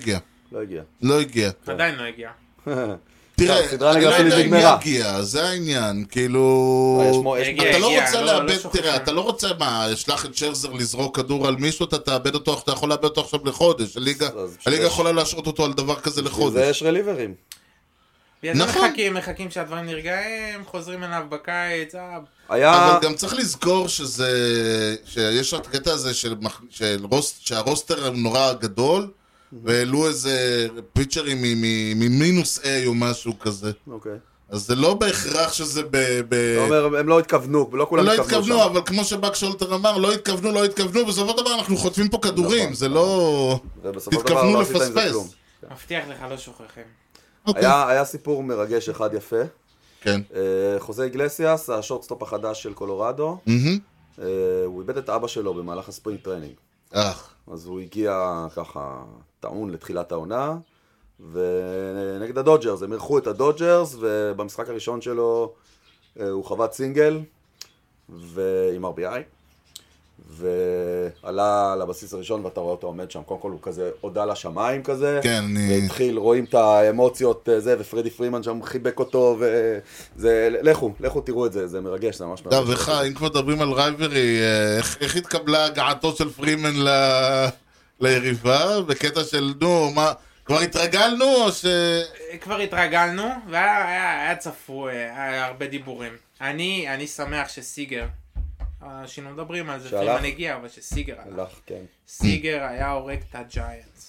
לא הגיע. עדיין לא הגיע. תראה, אני לא יודע אם יגיע, זה העניין, כאילו... אתה לא רוצה לאבד, תראה, אתה לא רוצה מה, אשלח את שרזר לזרוק כדור על מישהו, אתה תאבד אותו, אתה יכול לאבד אותו עכשיו לחודש, הליגה יכולה להשארת אותו על דבר כזה לחודש. זה יש רליברים. נכון. מחכים שהדברים נרגעים, חוזרים אליו בקיץ, אבל גם צריך לזכור שיש את הקטע הזה שהרוסטר נורא גדול, והעלו איזה פיצ'רים ממינוס A או משהו כזה. אוקיי. אז זה לא בהכרח שזה אתה אומר, הם לא התכוונו, ולא כולם התכוונו שם. אבל כמו שבאק שולטר אמר, לא התכוונו, בסופו של דבר אנחנו חוטפים פה כדורים, זה לא... תתכוונו לפספס. מבטיח לך, לא שוכחים. היה סיפור מרגש אחד יפה. כן. חוזה איגלסיאס, השורטסטופ החדש של קולורדו, הוא איבד את אבא שלו במהלך הספרינג טריינינג. אז הוא הגיע ככה טעון לתחילת העונה, ונגד הדודג'רס, הם ערכו את הדודג'רס, ובמשחק הראשון שלו הוא חוות סינגל, עם RBI, ועלה לבסיס הראשון, ואתה רואה אותו עומד שם, קודם כל הוא כזה הודע לשמיים כזה, כן, והתחיל, רואים את האמוציות זה, ופרדי פרימן שם חיבק אותו, וזה, לכו תראו את זה, זה מרגש, זה ממש מרגש. דרך, אם כבר מדברים על רייברי, איך התקבלה הגעתו של פרימן ליריבה, בקטע של, נו, מה, כבר התרגלנו או ש... כבר התרגלנו, והיה צפוי, היה הרבה דיבורים. אני שמח שסיגר, שינו מדברים על זה, פרימן הגיע, אבל שסיגר הלך. כן. סיגר היה הורג את הג'יינטס.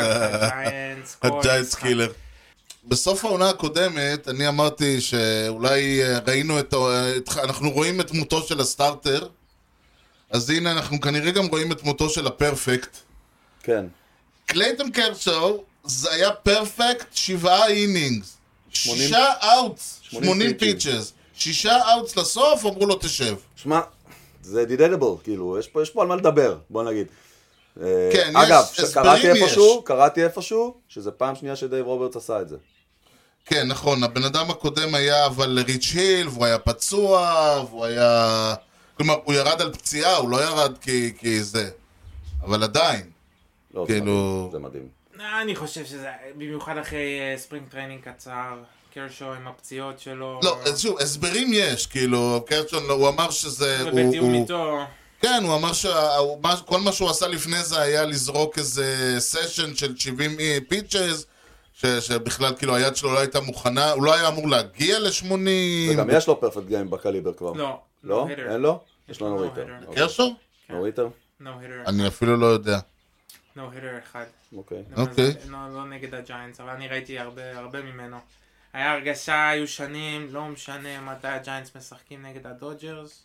הג'יינטס קילר. בסוף העונה הקודמת, אני אמרתי שאולי ראינו אנחנו רואים את דמותו של הסטארטר, אז הנה אנחנו כנראה גם רואים את דמותו של הפרפקט. כן. קלייטון קרשו, זה היה פרפקט 7 אינינגס. 6 אאוטס, 80 פיצ'ס. 6 אאוטס לסוף, אמרו לו תשב. שמע, זה דידדבל, כאילו, יש פה על מה לדבר, בוא נגיד. כן, אגב, קראתי איפשהו, שזה פעם שנייה שדייב רוברטס עשה את זה. כן, נכון, הבן אדם הקודם היה אבל ריץ' היל, והוא היה פצוע, והוא היה... כלומר, הוא ירד על פציעה, הוא לא ירד כי זה. אבל עדיין. לא, כאילו... זה מדהים. אני חושב שזה, במיוחד אחרי ספרינג טריינינג קצר, קרשו עם הפציעות שלו... לא, שוב, הסברים יש, כאילו, קרשו, הוא אמר שזה... ובתיאום איתו... כן, הוא אמר שכל מה שהוא עשה לפני זה היה לזרוק איזה סשן של 70 פיצ'ז, שבכלל כאילו היד שלו לא הייתה מוכנה, הוא לא היה אמור להגיע ל-80... וגם יש לו פרפקט גיים בקליבר כבר. לא. לא? אין לו? יש לו נו-היטר. קרשו? נו-היטר? אני אפילו לא יודע. נו-היטר אחד. אוקיי. לא נגד הג'יינטס, אבל אני ראיתי הרבה ממנו. היה הרגשה, היו שנים, לא משנה מתי הג'יינטס משחקים נגד הדודג'רס.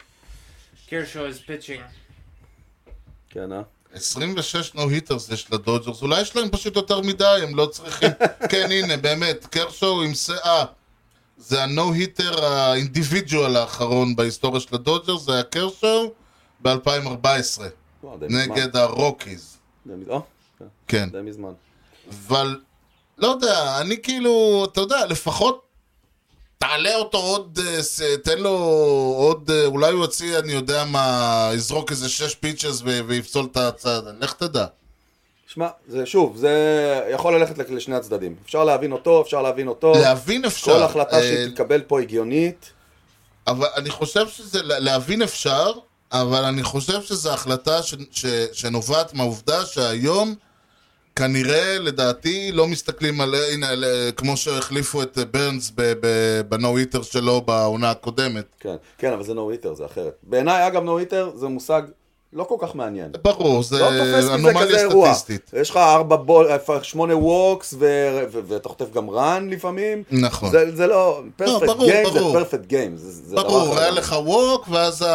קרשו is pitching. כן, 26 נו-היטרס יש לדודג'רס, אולי יש להם פשוט יותר מדי, הם לא צריכים... כן, הנה, באמת, קרשו עם סאה. זה הנו-היטר האינדיבידואל האחרון בהיסטוריה של הדודג'רס, זה היה קרשו ב-2014, נגד הרוקיז. כן. די מזמן. אבל, לא יודע, אני כאילו, אתה יודע, לפחות תעלה אותו עוד, תן לו עוד, אולי הוא יוציא, אני יודע מה, יזרוק איזה 6 פיצ'ס ויפסול את הצד, לך תדע. שמע, זה שוב, זה יכול ללכת לשני הצדדים. אפשר להבין אותו. להבין אפשר. כל החלטה שתתקבל פה הגיונית. אבל אני חושב שזה, להבין אפשר, אבל אני חושב שזו החלטה שנובעת מהעובדה שהיום, כנראה, לדעתי, לא מסתכלים על, הנה, כמו שהחליפו את ברנס בנו-היטר שלו בעונה הקודמת. כן, אבל זה נו-היטר, זה אחרת. בעיניי, אגב, נו-היטר זה מושג לא כל כך מעניין. ברור, זה אנומליה סטטיסטית. יש לך 8 ווקס, ואתה חוטף גם רן לפעמים. נכון. זה לא, פרפקט גיים זה פרפקט גיים. ברור, היה לך ווק,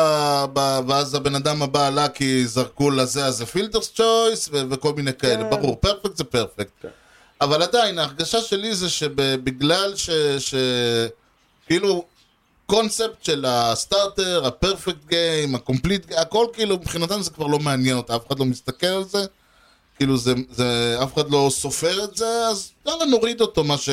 ואז הבן אדם הבא עלה כי זרקו לזה, אז זה פילטרס צ'ויס, וכל מיני כאלה. ברור, פרפקט זה פרפקט. אבל עדיין, ההרגשה שלי זה שבגלל כאילו... קונספט של הסטארטר, הפרפקט גיים, הקומפליט, הכל כאילו מבחינתם זה כבר לא מעניין אותה, אף אחד לא מסתכל על זה, כאילו אף אחד לא סופר את זה, אז יאללה נוריד אותו, מה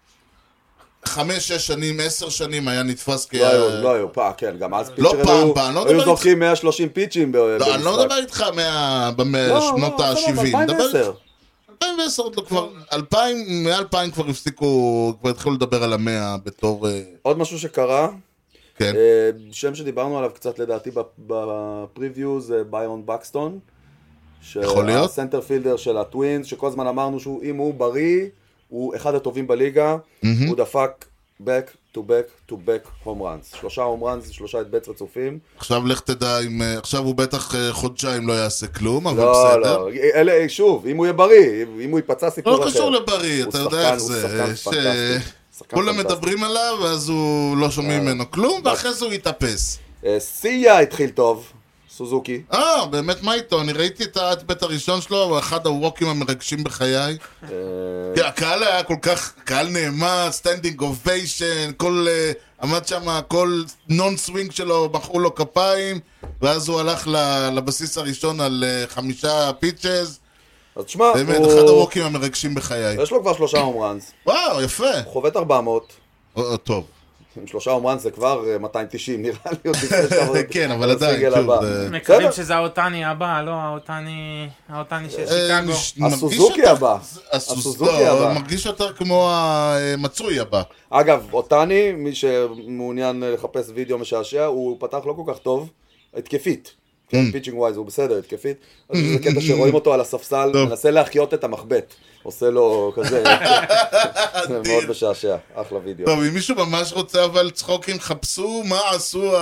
5, 6 שנים, 10 שנים היה נתפס כ... לא היו, כן, גם אז פיצ'רים היו זורקים 130 פיצ'ים. לא, אני לא מדבר איתך בשנות ה-70. 2010. 2010 עוד לא כבר, 2000, מ-2000 כבר הפסיקו, כבר התחילו לדבר על 100 בתור... עוד משהו שקרה, כן. שם שדיברנו עליו קצת לדעתי בפריוויו זה ביירון בקסטון. יכול להיות. הסנטרפילדר של הטווינס, שכל הזמן אמרנו שאם הוא בריא, הוא אחד הטובים בליגה, הוא דפק back to back to back home runs. 3 home runs, 3 at bats רצופים. עכשיו לך תדע, עכשיו הוא בטח חודשיים לא יעשה כלום, אבל בסדר. לא, אלה, שוב, אם הוא יהיה בריא, אם הוא ייפצע סיפור אחר. לא קשור לבריא, אתה יודע איך זה. כולם מדברים עליו, ואז הוא לא שומעים ממנו כלום, ואחרי זה הוא יתאפס. סיה התחיל טוב. סוזוקי. באמת מה איתו? אני ראיתי את האט-בט הראשון שלו, הוא אחד הווקים המרגשים בחיי. הקהל היה כל כך, קהל נעמד, סטנדינג אוביישן, עמד שם, כל נון סווינג שלו, בחרו לו כפיים, ואז הוא הלך לבסיס הראשון על 5 פיצ'ז. אז תשמע, באמת, אחד הווקים המרגשים בחיי. יש לו כבר 3 הום ראנס. וואו, יפה. הוא חובט 400. טוב. עם 3 הום ראנס זה כבר 290, נראה לי. כן, אבל עדיין, שוב. מקווים שזה האוטני הבא, לא האוטני של שיקגו. הסוזוקי הבא. הסוזוקי הבא. מרגיש יותר כמו המצוי הבא. אגב, אותני, מי שמעוניין לחפש וידאו משעשע, הוא פתח לא כל כך טוב, התקפית. פיצ'ינג ווייז הוא בסדר, התקפית. זה קטע שרואים אותו על הספסל, מנסה להחיות את המחבט. עושה לו כזה, זה מאוד משעשע, אחלה וידאו. טוב, אם מישהו ממש רוצה אבל צחוקים, חפשו מה עשו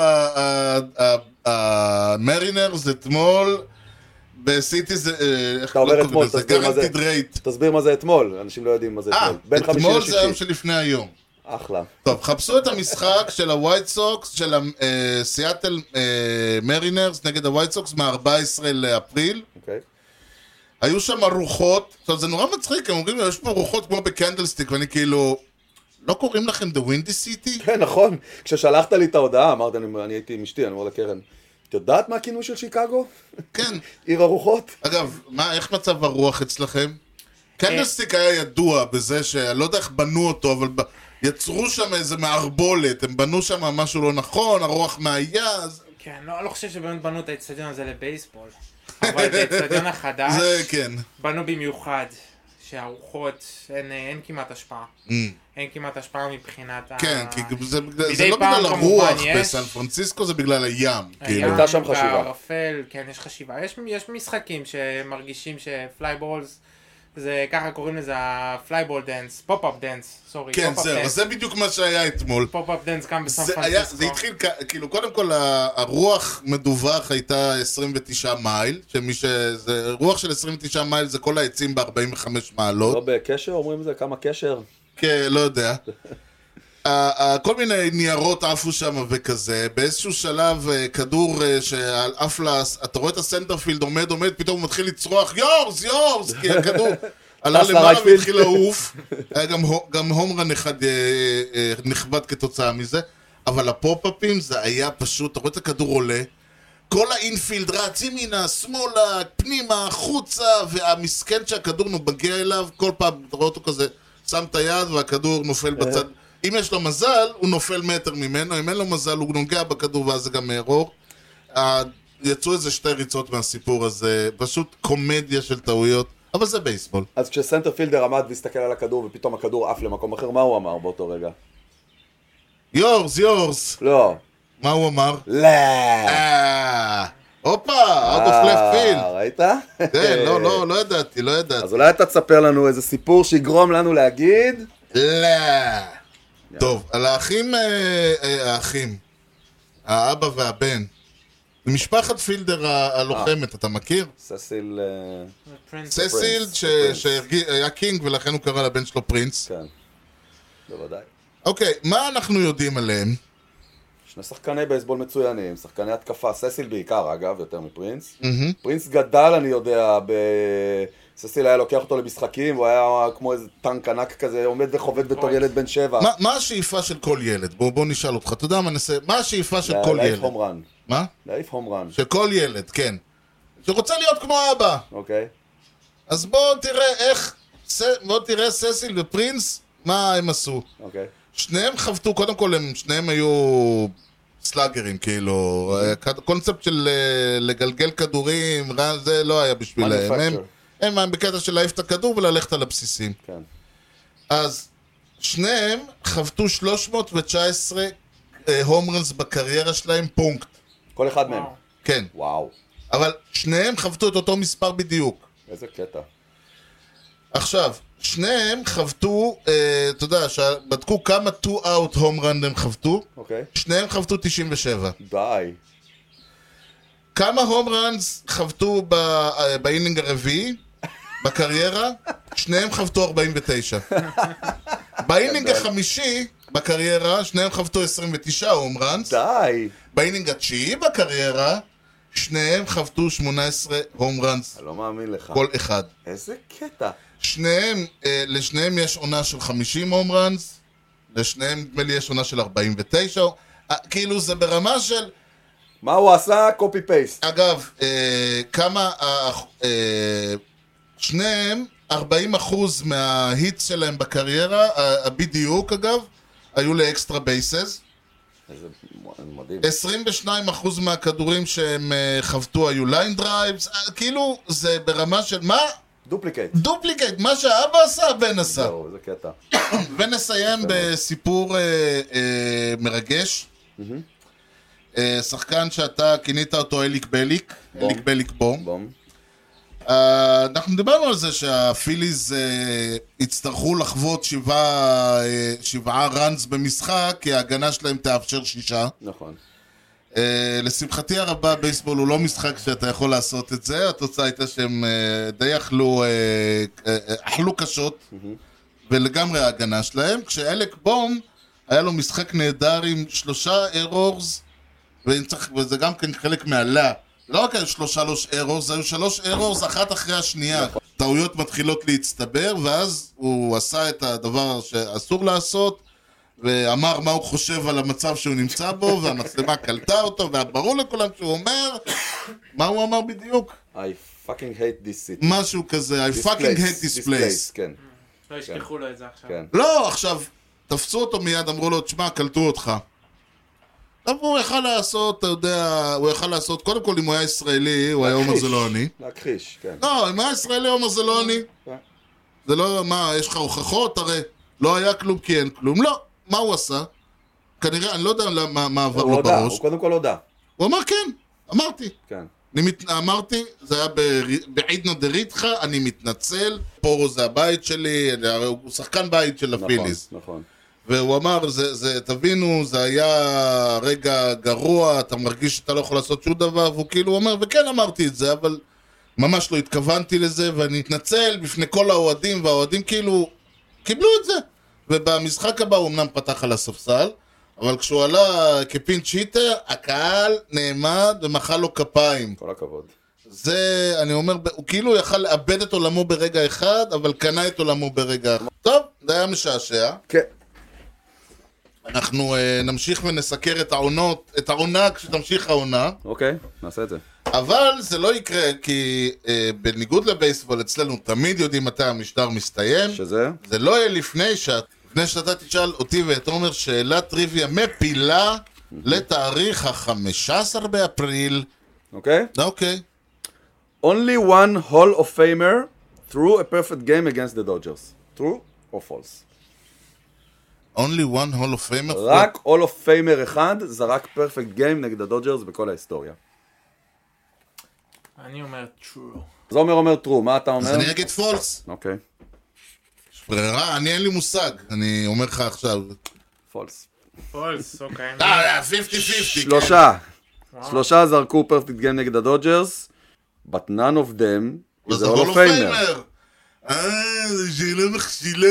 המרינרס אתמול בסיטי, איך אתה אומר אתמול, תסביר מה זה אתמול, אנשים לא יודעים מה זה אתמול. אתמול זה היום שלפני היום. אחלה. טוב, חפשו את המשחק של הווייט סוקס, של הסיאטל מרינרס נגד הווייט סוקס מה-14 לאפריל. אוקיי. היו שם רוחות, עכשיו זה נורא מצחיק, הם אומרים, יש פה רוחות כמו בקנדלסטיק, ואני כאילו, לא קוראים לכם The Windy City? כן, נכון. כששלחת לי את ההודעה, אמרת, אני הייתי עם אשתי, אני אומר לקרן, את יודעת מה הכינוי של שיקגו? כן. עיר הרוחות? אגב, איך מצב הרוח אצלכם? קנדלסטיק היה ידוע בזה שאני לא יודע איך בנו אותו, אבל יצרו שם איזה מערבולת, הם בנו שם משהו לא נכון, הרוח מהיז. כן, לא חושב שבאמת בנו את האצטדיון הזה לבייסבול. אבל את האצטדיון החדש, זה כן. בנו במיוחד, שהרוחות, אין כמעט השפעה. אין כמעט השפעה מבחינת כן, כי זה לא בגלל הרוח בסן פרנסיסקו, זה בגלל הים. הים והערפל, כן, יש חשיבה. יש משחקים שמרגישים שפלייבולס, זה ככה קוראים לזה הפלייבול דנס, פופ-אפ דנס, סורי. כן, זהו, זה בדיוק מה שהיה אתמול. פופ-אפ דנס גם בסן פרנסיסקו. זה התחיל, כאילו, קודם כל, הרוח מדווח הייתה 29 מייל, רוח של 29 מייל זה כל העצים ב-45 מעלות. לא בקשר, אומרים זה, כמה קשר? כן, לא יודע. כל מיני ניירות עפו שם וכזה, באיזשהו שלב כדור שעף לה, אתה רואה את הסנטרפילד עומד, פתאום הוא מתחיל לצרוח יורס, כי הכדור עלה למעלה והתחיל לעוף, היה גם הומרן אחד נכבד כתוצאה מזה, אבל הפופ-אפים זה היה פשוט, אתה רואה את הכדור עולה, כל האינפילד רץ ימינה, שמאלה, פנימה, חוצה, והמסכן שהכדור מגיע אליו, כל פעם אתה רואה אותו כזה, שם את היד והכדור נופל בצד. אם יש לו מזל, הוא נופל מטר ממנו, אם אין לו מזל, הוא נוגע בכדור ואז זה גם ארור. יצאו איזה 2 ריצות מהסיפור הזה, פשוט קומדיה של טעויות, אבל זה בייסבול. אז כשסנטרפילדר עמד והסתכל על הכדור ופתאום הכדור עף למקום אחר, מה הוא אמר באותו רגע? יורס. לא. מה הוא אמר? לא. הופה, out of left field. ראית? כן, לא ידעתי. אז אולי אתה תספר לנו איזה סיפור שיגרום לנו להגיד? לא. טוב, על האחים, האבא והבן, משפחת פילדר הלוחמת, אתה מכיר? ססיל שהיה קינג ולכן הוא קרא לבן שלו פרינס. כן, בוודאי. אוקיי, מה אנחנו יודעים עליהם? 2 שחקני בייסבול מצוינים, שחקני התקפה, ססיל בעיקר אגב, יותר מפרינס. פרינס גדל, אני יודע, ססיל היה לוקח אותו למשחקים, והוא היה כמו איזה טנק ענק כזה, עומד וחובד בתור ילד בן 7. מה השאיפה של כל ילד? בוא נשאל אותך, אתה יודע מה נעשה? מה השאיפה של כל ילד? להעיף הומרן. מה? להעיף הומרן. של כל ילד, כן. שרוצה להיות כמו אבא. אוקיי. אז בוא תראה ססיל ופרינס, מה הם עשו. אוקיי. שניהם חבטו, קודם כל שניהם היו סלאגרים, כאילו, קונספט של לגלגל כדורים, זה לא היה בשבילהם, הם בקטע של להעיף את הכדור וללכת על הבסיסים. כן. אז שניהם חבטו 319 הומרנס בקריירה שלהם, פונקט. כל אחד מהם. כן. וואו. אבל שניהם חבטו את אותו מספר בדיוק. איזה קטע. עכשיו, שניהם חבטו, אתה יודע, בדקו כמה 2-out הומרן הם חבטו. אוקיי. שניהם חבטו 97. די. כמה הומרנס חבטו באינינג הרביעי בקריירה? שניהם חבטו 49. באינינג החמישי בקריירה, שניהם חבטו 29 הומרנס. די. באינינג התשיעי בקריירה, שניהם חבטו 18 הומרנס. אני לא מאמין לך. כל אחד. איזה קטע. לשניהם יש עונה של 50 הומרנס, לשניהם נדמה לי יש עונה של 49, כאילו זה ברמה של... מה הוא עשה? קופי פייסט. אגב, כמה... שניהם, 40% מההיטס שלהם בקריירה, בדיוק אגב, היו לאקסטרה בייסס. איזה מדהים. 22% מהכדורים שהם חבטו היו ליין דרייבס, כאילו זה ברמה של מה? דופליקייט, מה שהאבא עשה, הבן עשה. זהו, איזה קטע. ונסיים בסיפור מרגש. שחקן שאתה כינית אותו אליק בליק בום. אנחנו דיברנו על זה שהפיליז יצטרכו לחוות 7 ראנס במשחק, כי ההגנה שלהם תאפשר 6. נכון. לשמחתי הרבה, בייסבול הוא לא משחק שאתה יכול לעשות את זה. התוצאה הייתה שהם די אכלו קשות, ולגמרי ההגנה שלהם. כשאליק בום היה לו משחק נהדר עם 3 ארורס, וזה גם כן חלק מעלה. לא רק 3 ארורס, זה היו 3 ארורס אחת אחרי השנייה. טעויות מתחילות להצטבר, ואז הוא עשה את הדבר שאסור לעשות, ואמר מה הוא חושב על המצב שהוא נמצא בו, והמצלמה קלטה אותו, וברור לכולם שהוא אומר, מה הוא אמר בדיוק? I fucking hate this city. משהו כזה, I fucking hate this place. כן. לא ישכחו לו את זה עכשיו. לא, עכשיו, תפסו אותו מיד, אמרו לו, תשמע, קלטו אותך. אבל הוא יכל לעשות, אתה יודע, הוא יכל לעשות, קודם כל אם הוא היה ישראלי, הוא היה אומר זה לא אני. להכחיש, כן. לא, אם הוא היה ישראלי, הוא אומר זה לא אני. זה לא, מה, יש לך הוכחות? הרי לא היה כלום כי אין כלום. לא, מה הוא עשה? כנראה, אני לא יודע מה עבר לו בראש. הוא קודם כל הודע. הוא אמר כן, אמרתי. כן. אמרתי, זה היה בעידנא דריתחא, אני מתנצל, פורו זה הבית שלי, הוא שחקן בית של הפיליז. נכון. והוא אמר, תבינו, זה היה רגע גרוע, אתה מרגיש שאתה לא יכול לעשות שום דבר, והוא כאילו אומר, וכן אמרתי את זה, אבל ממש לא התכוונתי לזה, ואני אתנצל בפני כל האוהדים, והאוהדים כאילו קיבלו את זה. ובמשחק הבא הוא אמנם פתח על הספסל, אבל כשהוא עלה כפינץ' היטר, הקהל נעמד ומחא לו כפיים. כל הכבוד. זה, אני אומר, הוא כאילו יכל לאבד את עולמו ברגע אחד, אבל קנה את עולמו ברגע אחד. טוב, זה היה משעשע. כן. אנחנו נמשיך ונסקר את העונה כשתמשיך העונה. אוקיי, נעשה את זה. אבל זה לא יקרה, כי בניגוד לבייסבול אצלנו תמיד יודעים מתי המשדר מסתיים. שזה? זה לא יהיה לפני שאתה תשאל אותי ואת עומר שאלת טריוויה מפילה לתאריך ה-15 באפריל. אוקיי? אוקיי. Only one Hall of Famer threw a perfect game against the Dodgers. True or false? Only one Hall of Famer? רק Hall of Famer אחד זרק פרפקט גיים נגד הדודג'רס בכל ההיסטוריה. אני אומר true. זה אומר true, מה אתה אומר? אז אני אגיד false. אוקיי. ברירה, אני אין לי מושג, אני אומר לך עכשיו. false. אוקיי. 50-50. שלושה זרקו פרפקט גיים נגד הדודג'רס, but none of them is a Hall of Famer. זה שאלה מכשילה.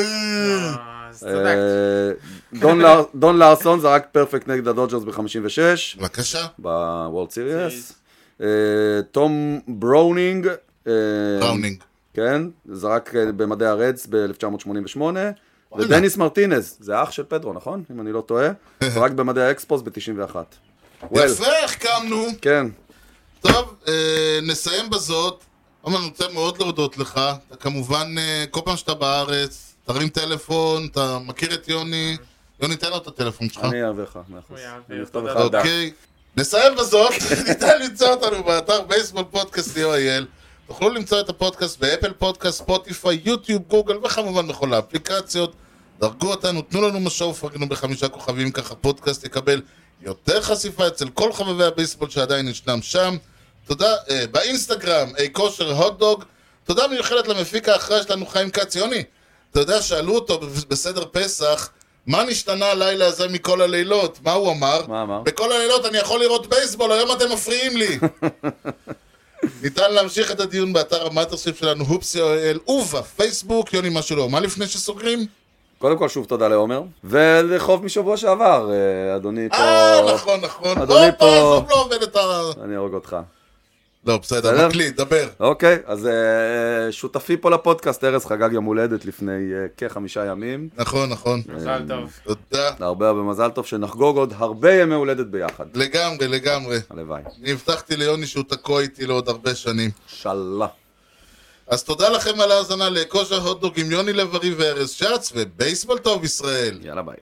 דון לארסון זרק פרפקט נגד הדודג'רס ב-56. בבקשה. בוולד סיריאס. תום בראונינג. כן, זרק במדעי הרדס ב-1988. ודניס מרטינז, זה אח של פדרו, נכון? אם אני לא טועה. זרק במדעי האקספוס ב-91. יפה, החכמנו. כן. טוב, נסיים בזאת. אני רוצה מאוד להודות לך. כמובן, כל פעם שאתה בארץ, תרים טלפון, אתה מכיר את יוני. יוני, תן לו את הטלפון שלך. אני אעביר לך, הוא יעביר, תודה. אוקיי. נסיים בזאת. ניתן למצוא אותנו באתר בייסבול פודקאסט co.il. תוכלו למצוא את הפודקאסט באפל פודקאסט, ספוטיפיי, יוטיוב, גוגל וכמובן בכל האפליקציות. דרגו אותנו, תנו לנו משהו, פרגנו ב5 כוכבים, ככה פודקאסט יקבל יותר חשיפה אצל כל חובבי הבייסבול שעדיין ישנם שם. תודה, באינסטגרם, כושר הוטדוג. תודה מיוחדת למפיק האחראי שלנו חיים כץ. יוני, אתה יודע, שאלו אותו בסדר פסח, מה נשתנה הלילה הזה מכל הלילות? מה הוא אמר? מה אמר? בכל הלילות אני יכול לראות בייסבול, היום אתם מפריעים לי. ניתן להמשיך את הדיון באתר המאטרשיפ שלנו, הופסי.או.אל, ובפייסבוק. יוני, משהו לא, מה לפני שסוגרים? קודם כל שוב תודה לעומר, ולחוב משבוע שעבר, אדוני פה... נכון. אדוני פה... לא עובד את ה... אני ארוג אותך. לא, בסדר, מקליט, דבר. אוקיי, אז שותפי פה לפודקאסט, ארז חגג יום הולדת לפני כ5 ימים. נכון. מזל טוב. תודה. הרבה מזל טוב, שנחגוג עוד הרבה ימי הולדת ביחד. לגמרי. הלוואי. אני הבטחתי ליוני שהוא תקוע איתי לעוד הרבה שנים. שללה. אז תודה לכם על ההאזנה לכושר הוטדוג עם יוני לב-ארי וארז שץ, ובייסבול טוב ישראל. יאללה ביי.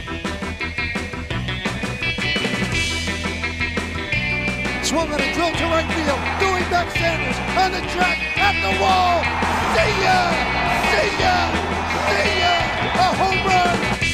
Swung on a drill to right field. Doing back Sanders on the track at the wall. See ya! A home run!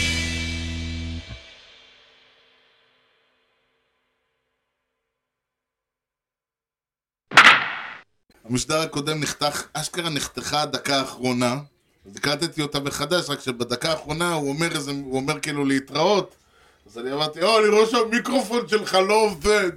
המשדר הקודם נחתכה הדקה האחרונה, אז הקלטתי אותה מחדש, רק שבדקה האחרונה הוא אומר כאילו להתראות, אז אני אמרתי, אני רואה שהמיקרופון שלך לא עובד.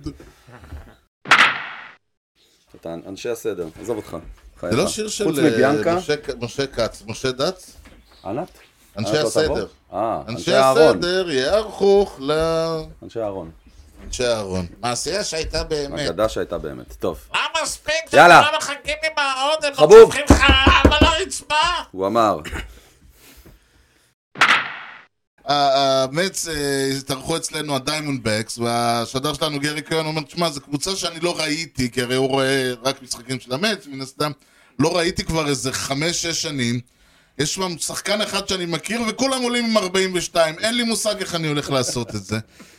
אתה אנשי הסדר, עזוב אותך. זה לא שיר של משה כץ, משה דץ? ענת? אנשי הסדר. אנשי הסדר יערכו אנשי הארון. אנשי הארון. מעשייה שהייתה באמת. אגדה שהייתה באמת. טוב. מספיק שאתם לא מחכים עם האודם, חבוב. מצליחים חרב על הרצפה. הוא אמר. המץ התארחו אצלנו הדיימונדבקס, והשדר שלנו גרי קיון אומר, תשמע, זו קבוצה שאני לא ראיתי, כי הרי הוא רואה רק משחקים של המץ, מן הסתם, לא ראיתי כבר איזה 5-6 שנים. יש שם שחקן אחד שאני מכיר, וכולם עולים עם 42, אין לי מושג איך אני הולך לעשות את זה.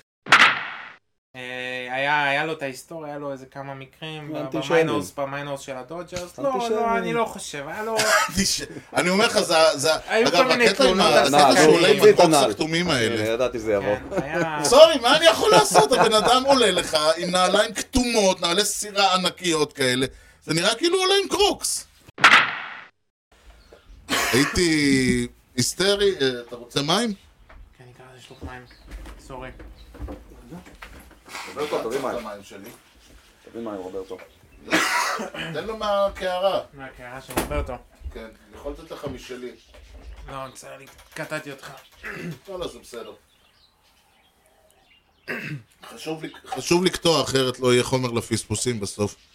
היה לו את ההיסטוריה, היה לו איזה כמה מקרים במיינורס של הדודג'רס. לא, אני לא חושב, היה לו... אני אומר לך, זה... היו כל מיני תלונות על זה שעולה עם הדבוקס הכתומים האלה. ידעתי שזה יבוא. סורי, מה אני יכול לעשות? הבן אדם עולה לך עם נעליים כתומות, נעלי סירה ענקיות כאלה. זה נראה כאילו עולה עם קרוקס. הייתי היסטרי, אתה רוצה מים? כן, נקרא לזה שלוק מים. סורי. רוברטו, תביא מים. תביא מים, רוברטו. תן לו מהקערה. מהקערה של רוברטו. כן, אני יכול לתת לך משלי. לא, קטעתי אותך. לא, זה בסדר. חשוב לקטוע, אחרת לא יהיה חומר לפספוסים בסוף.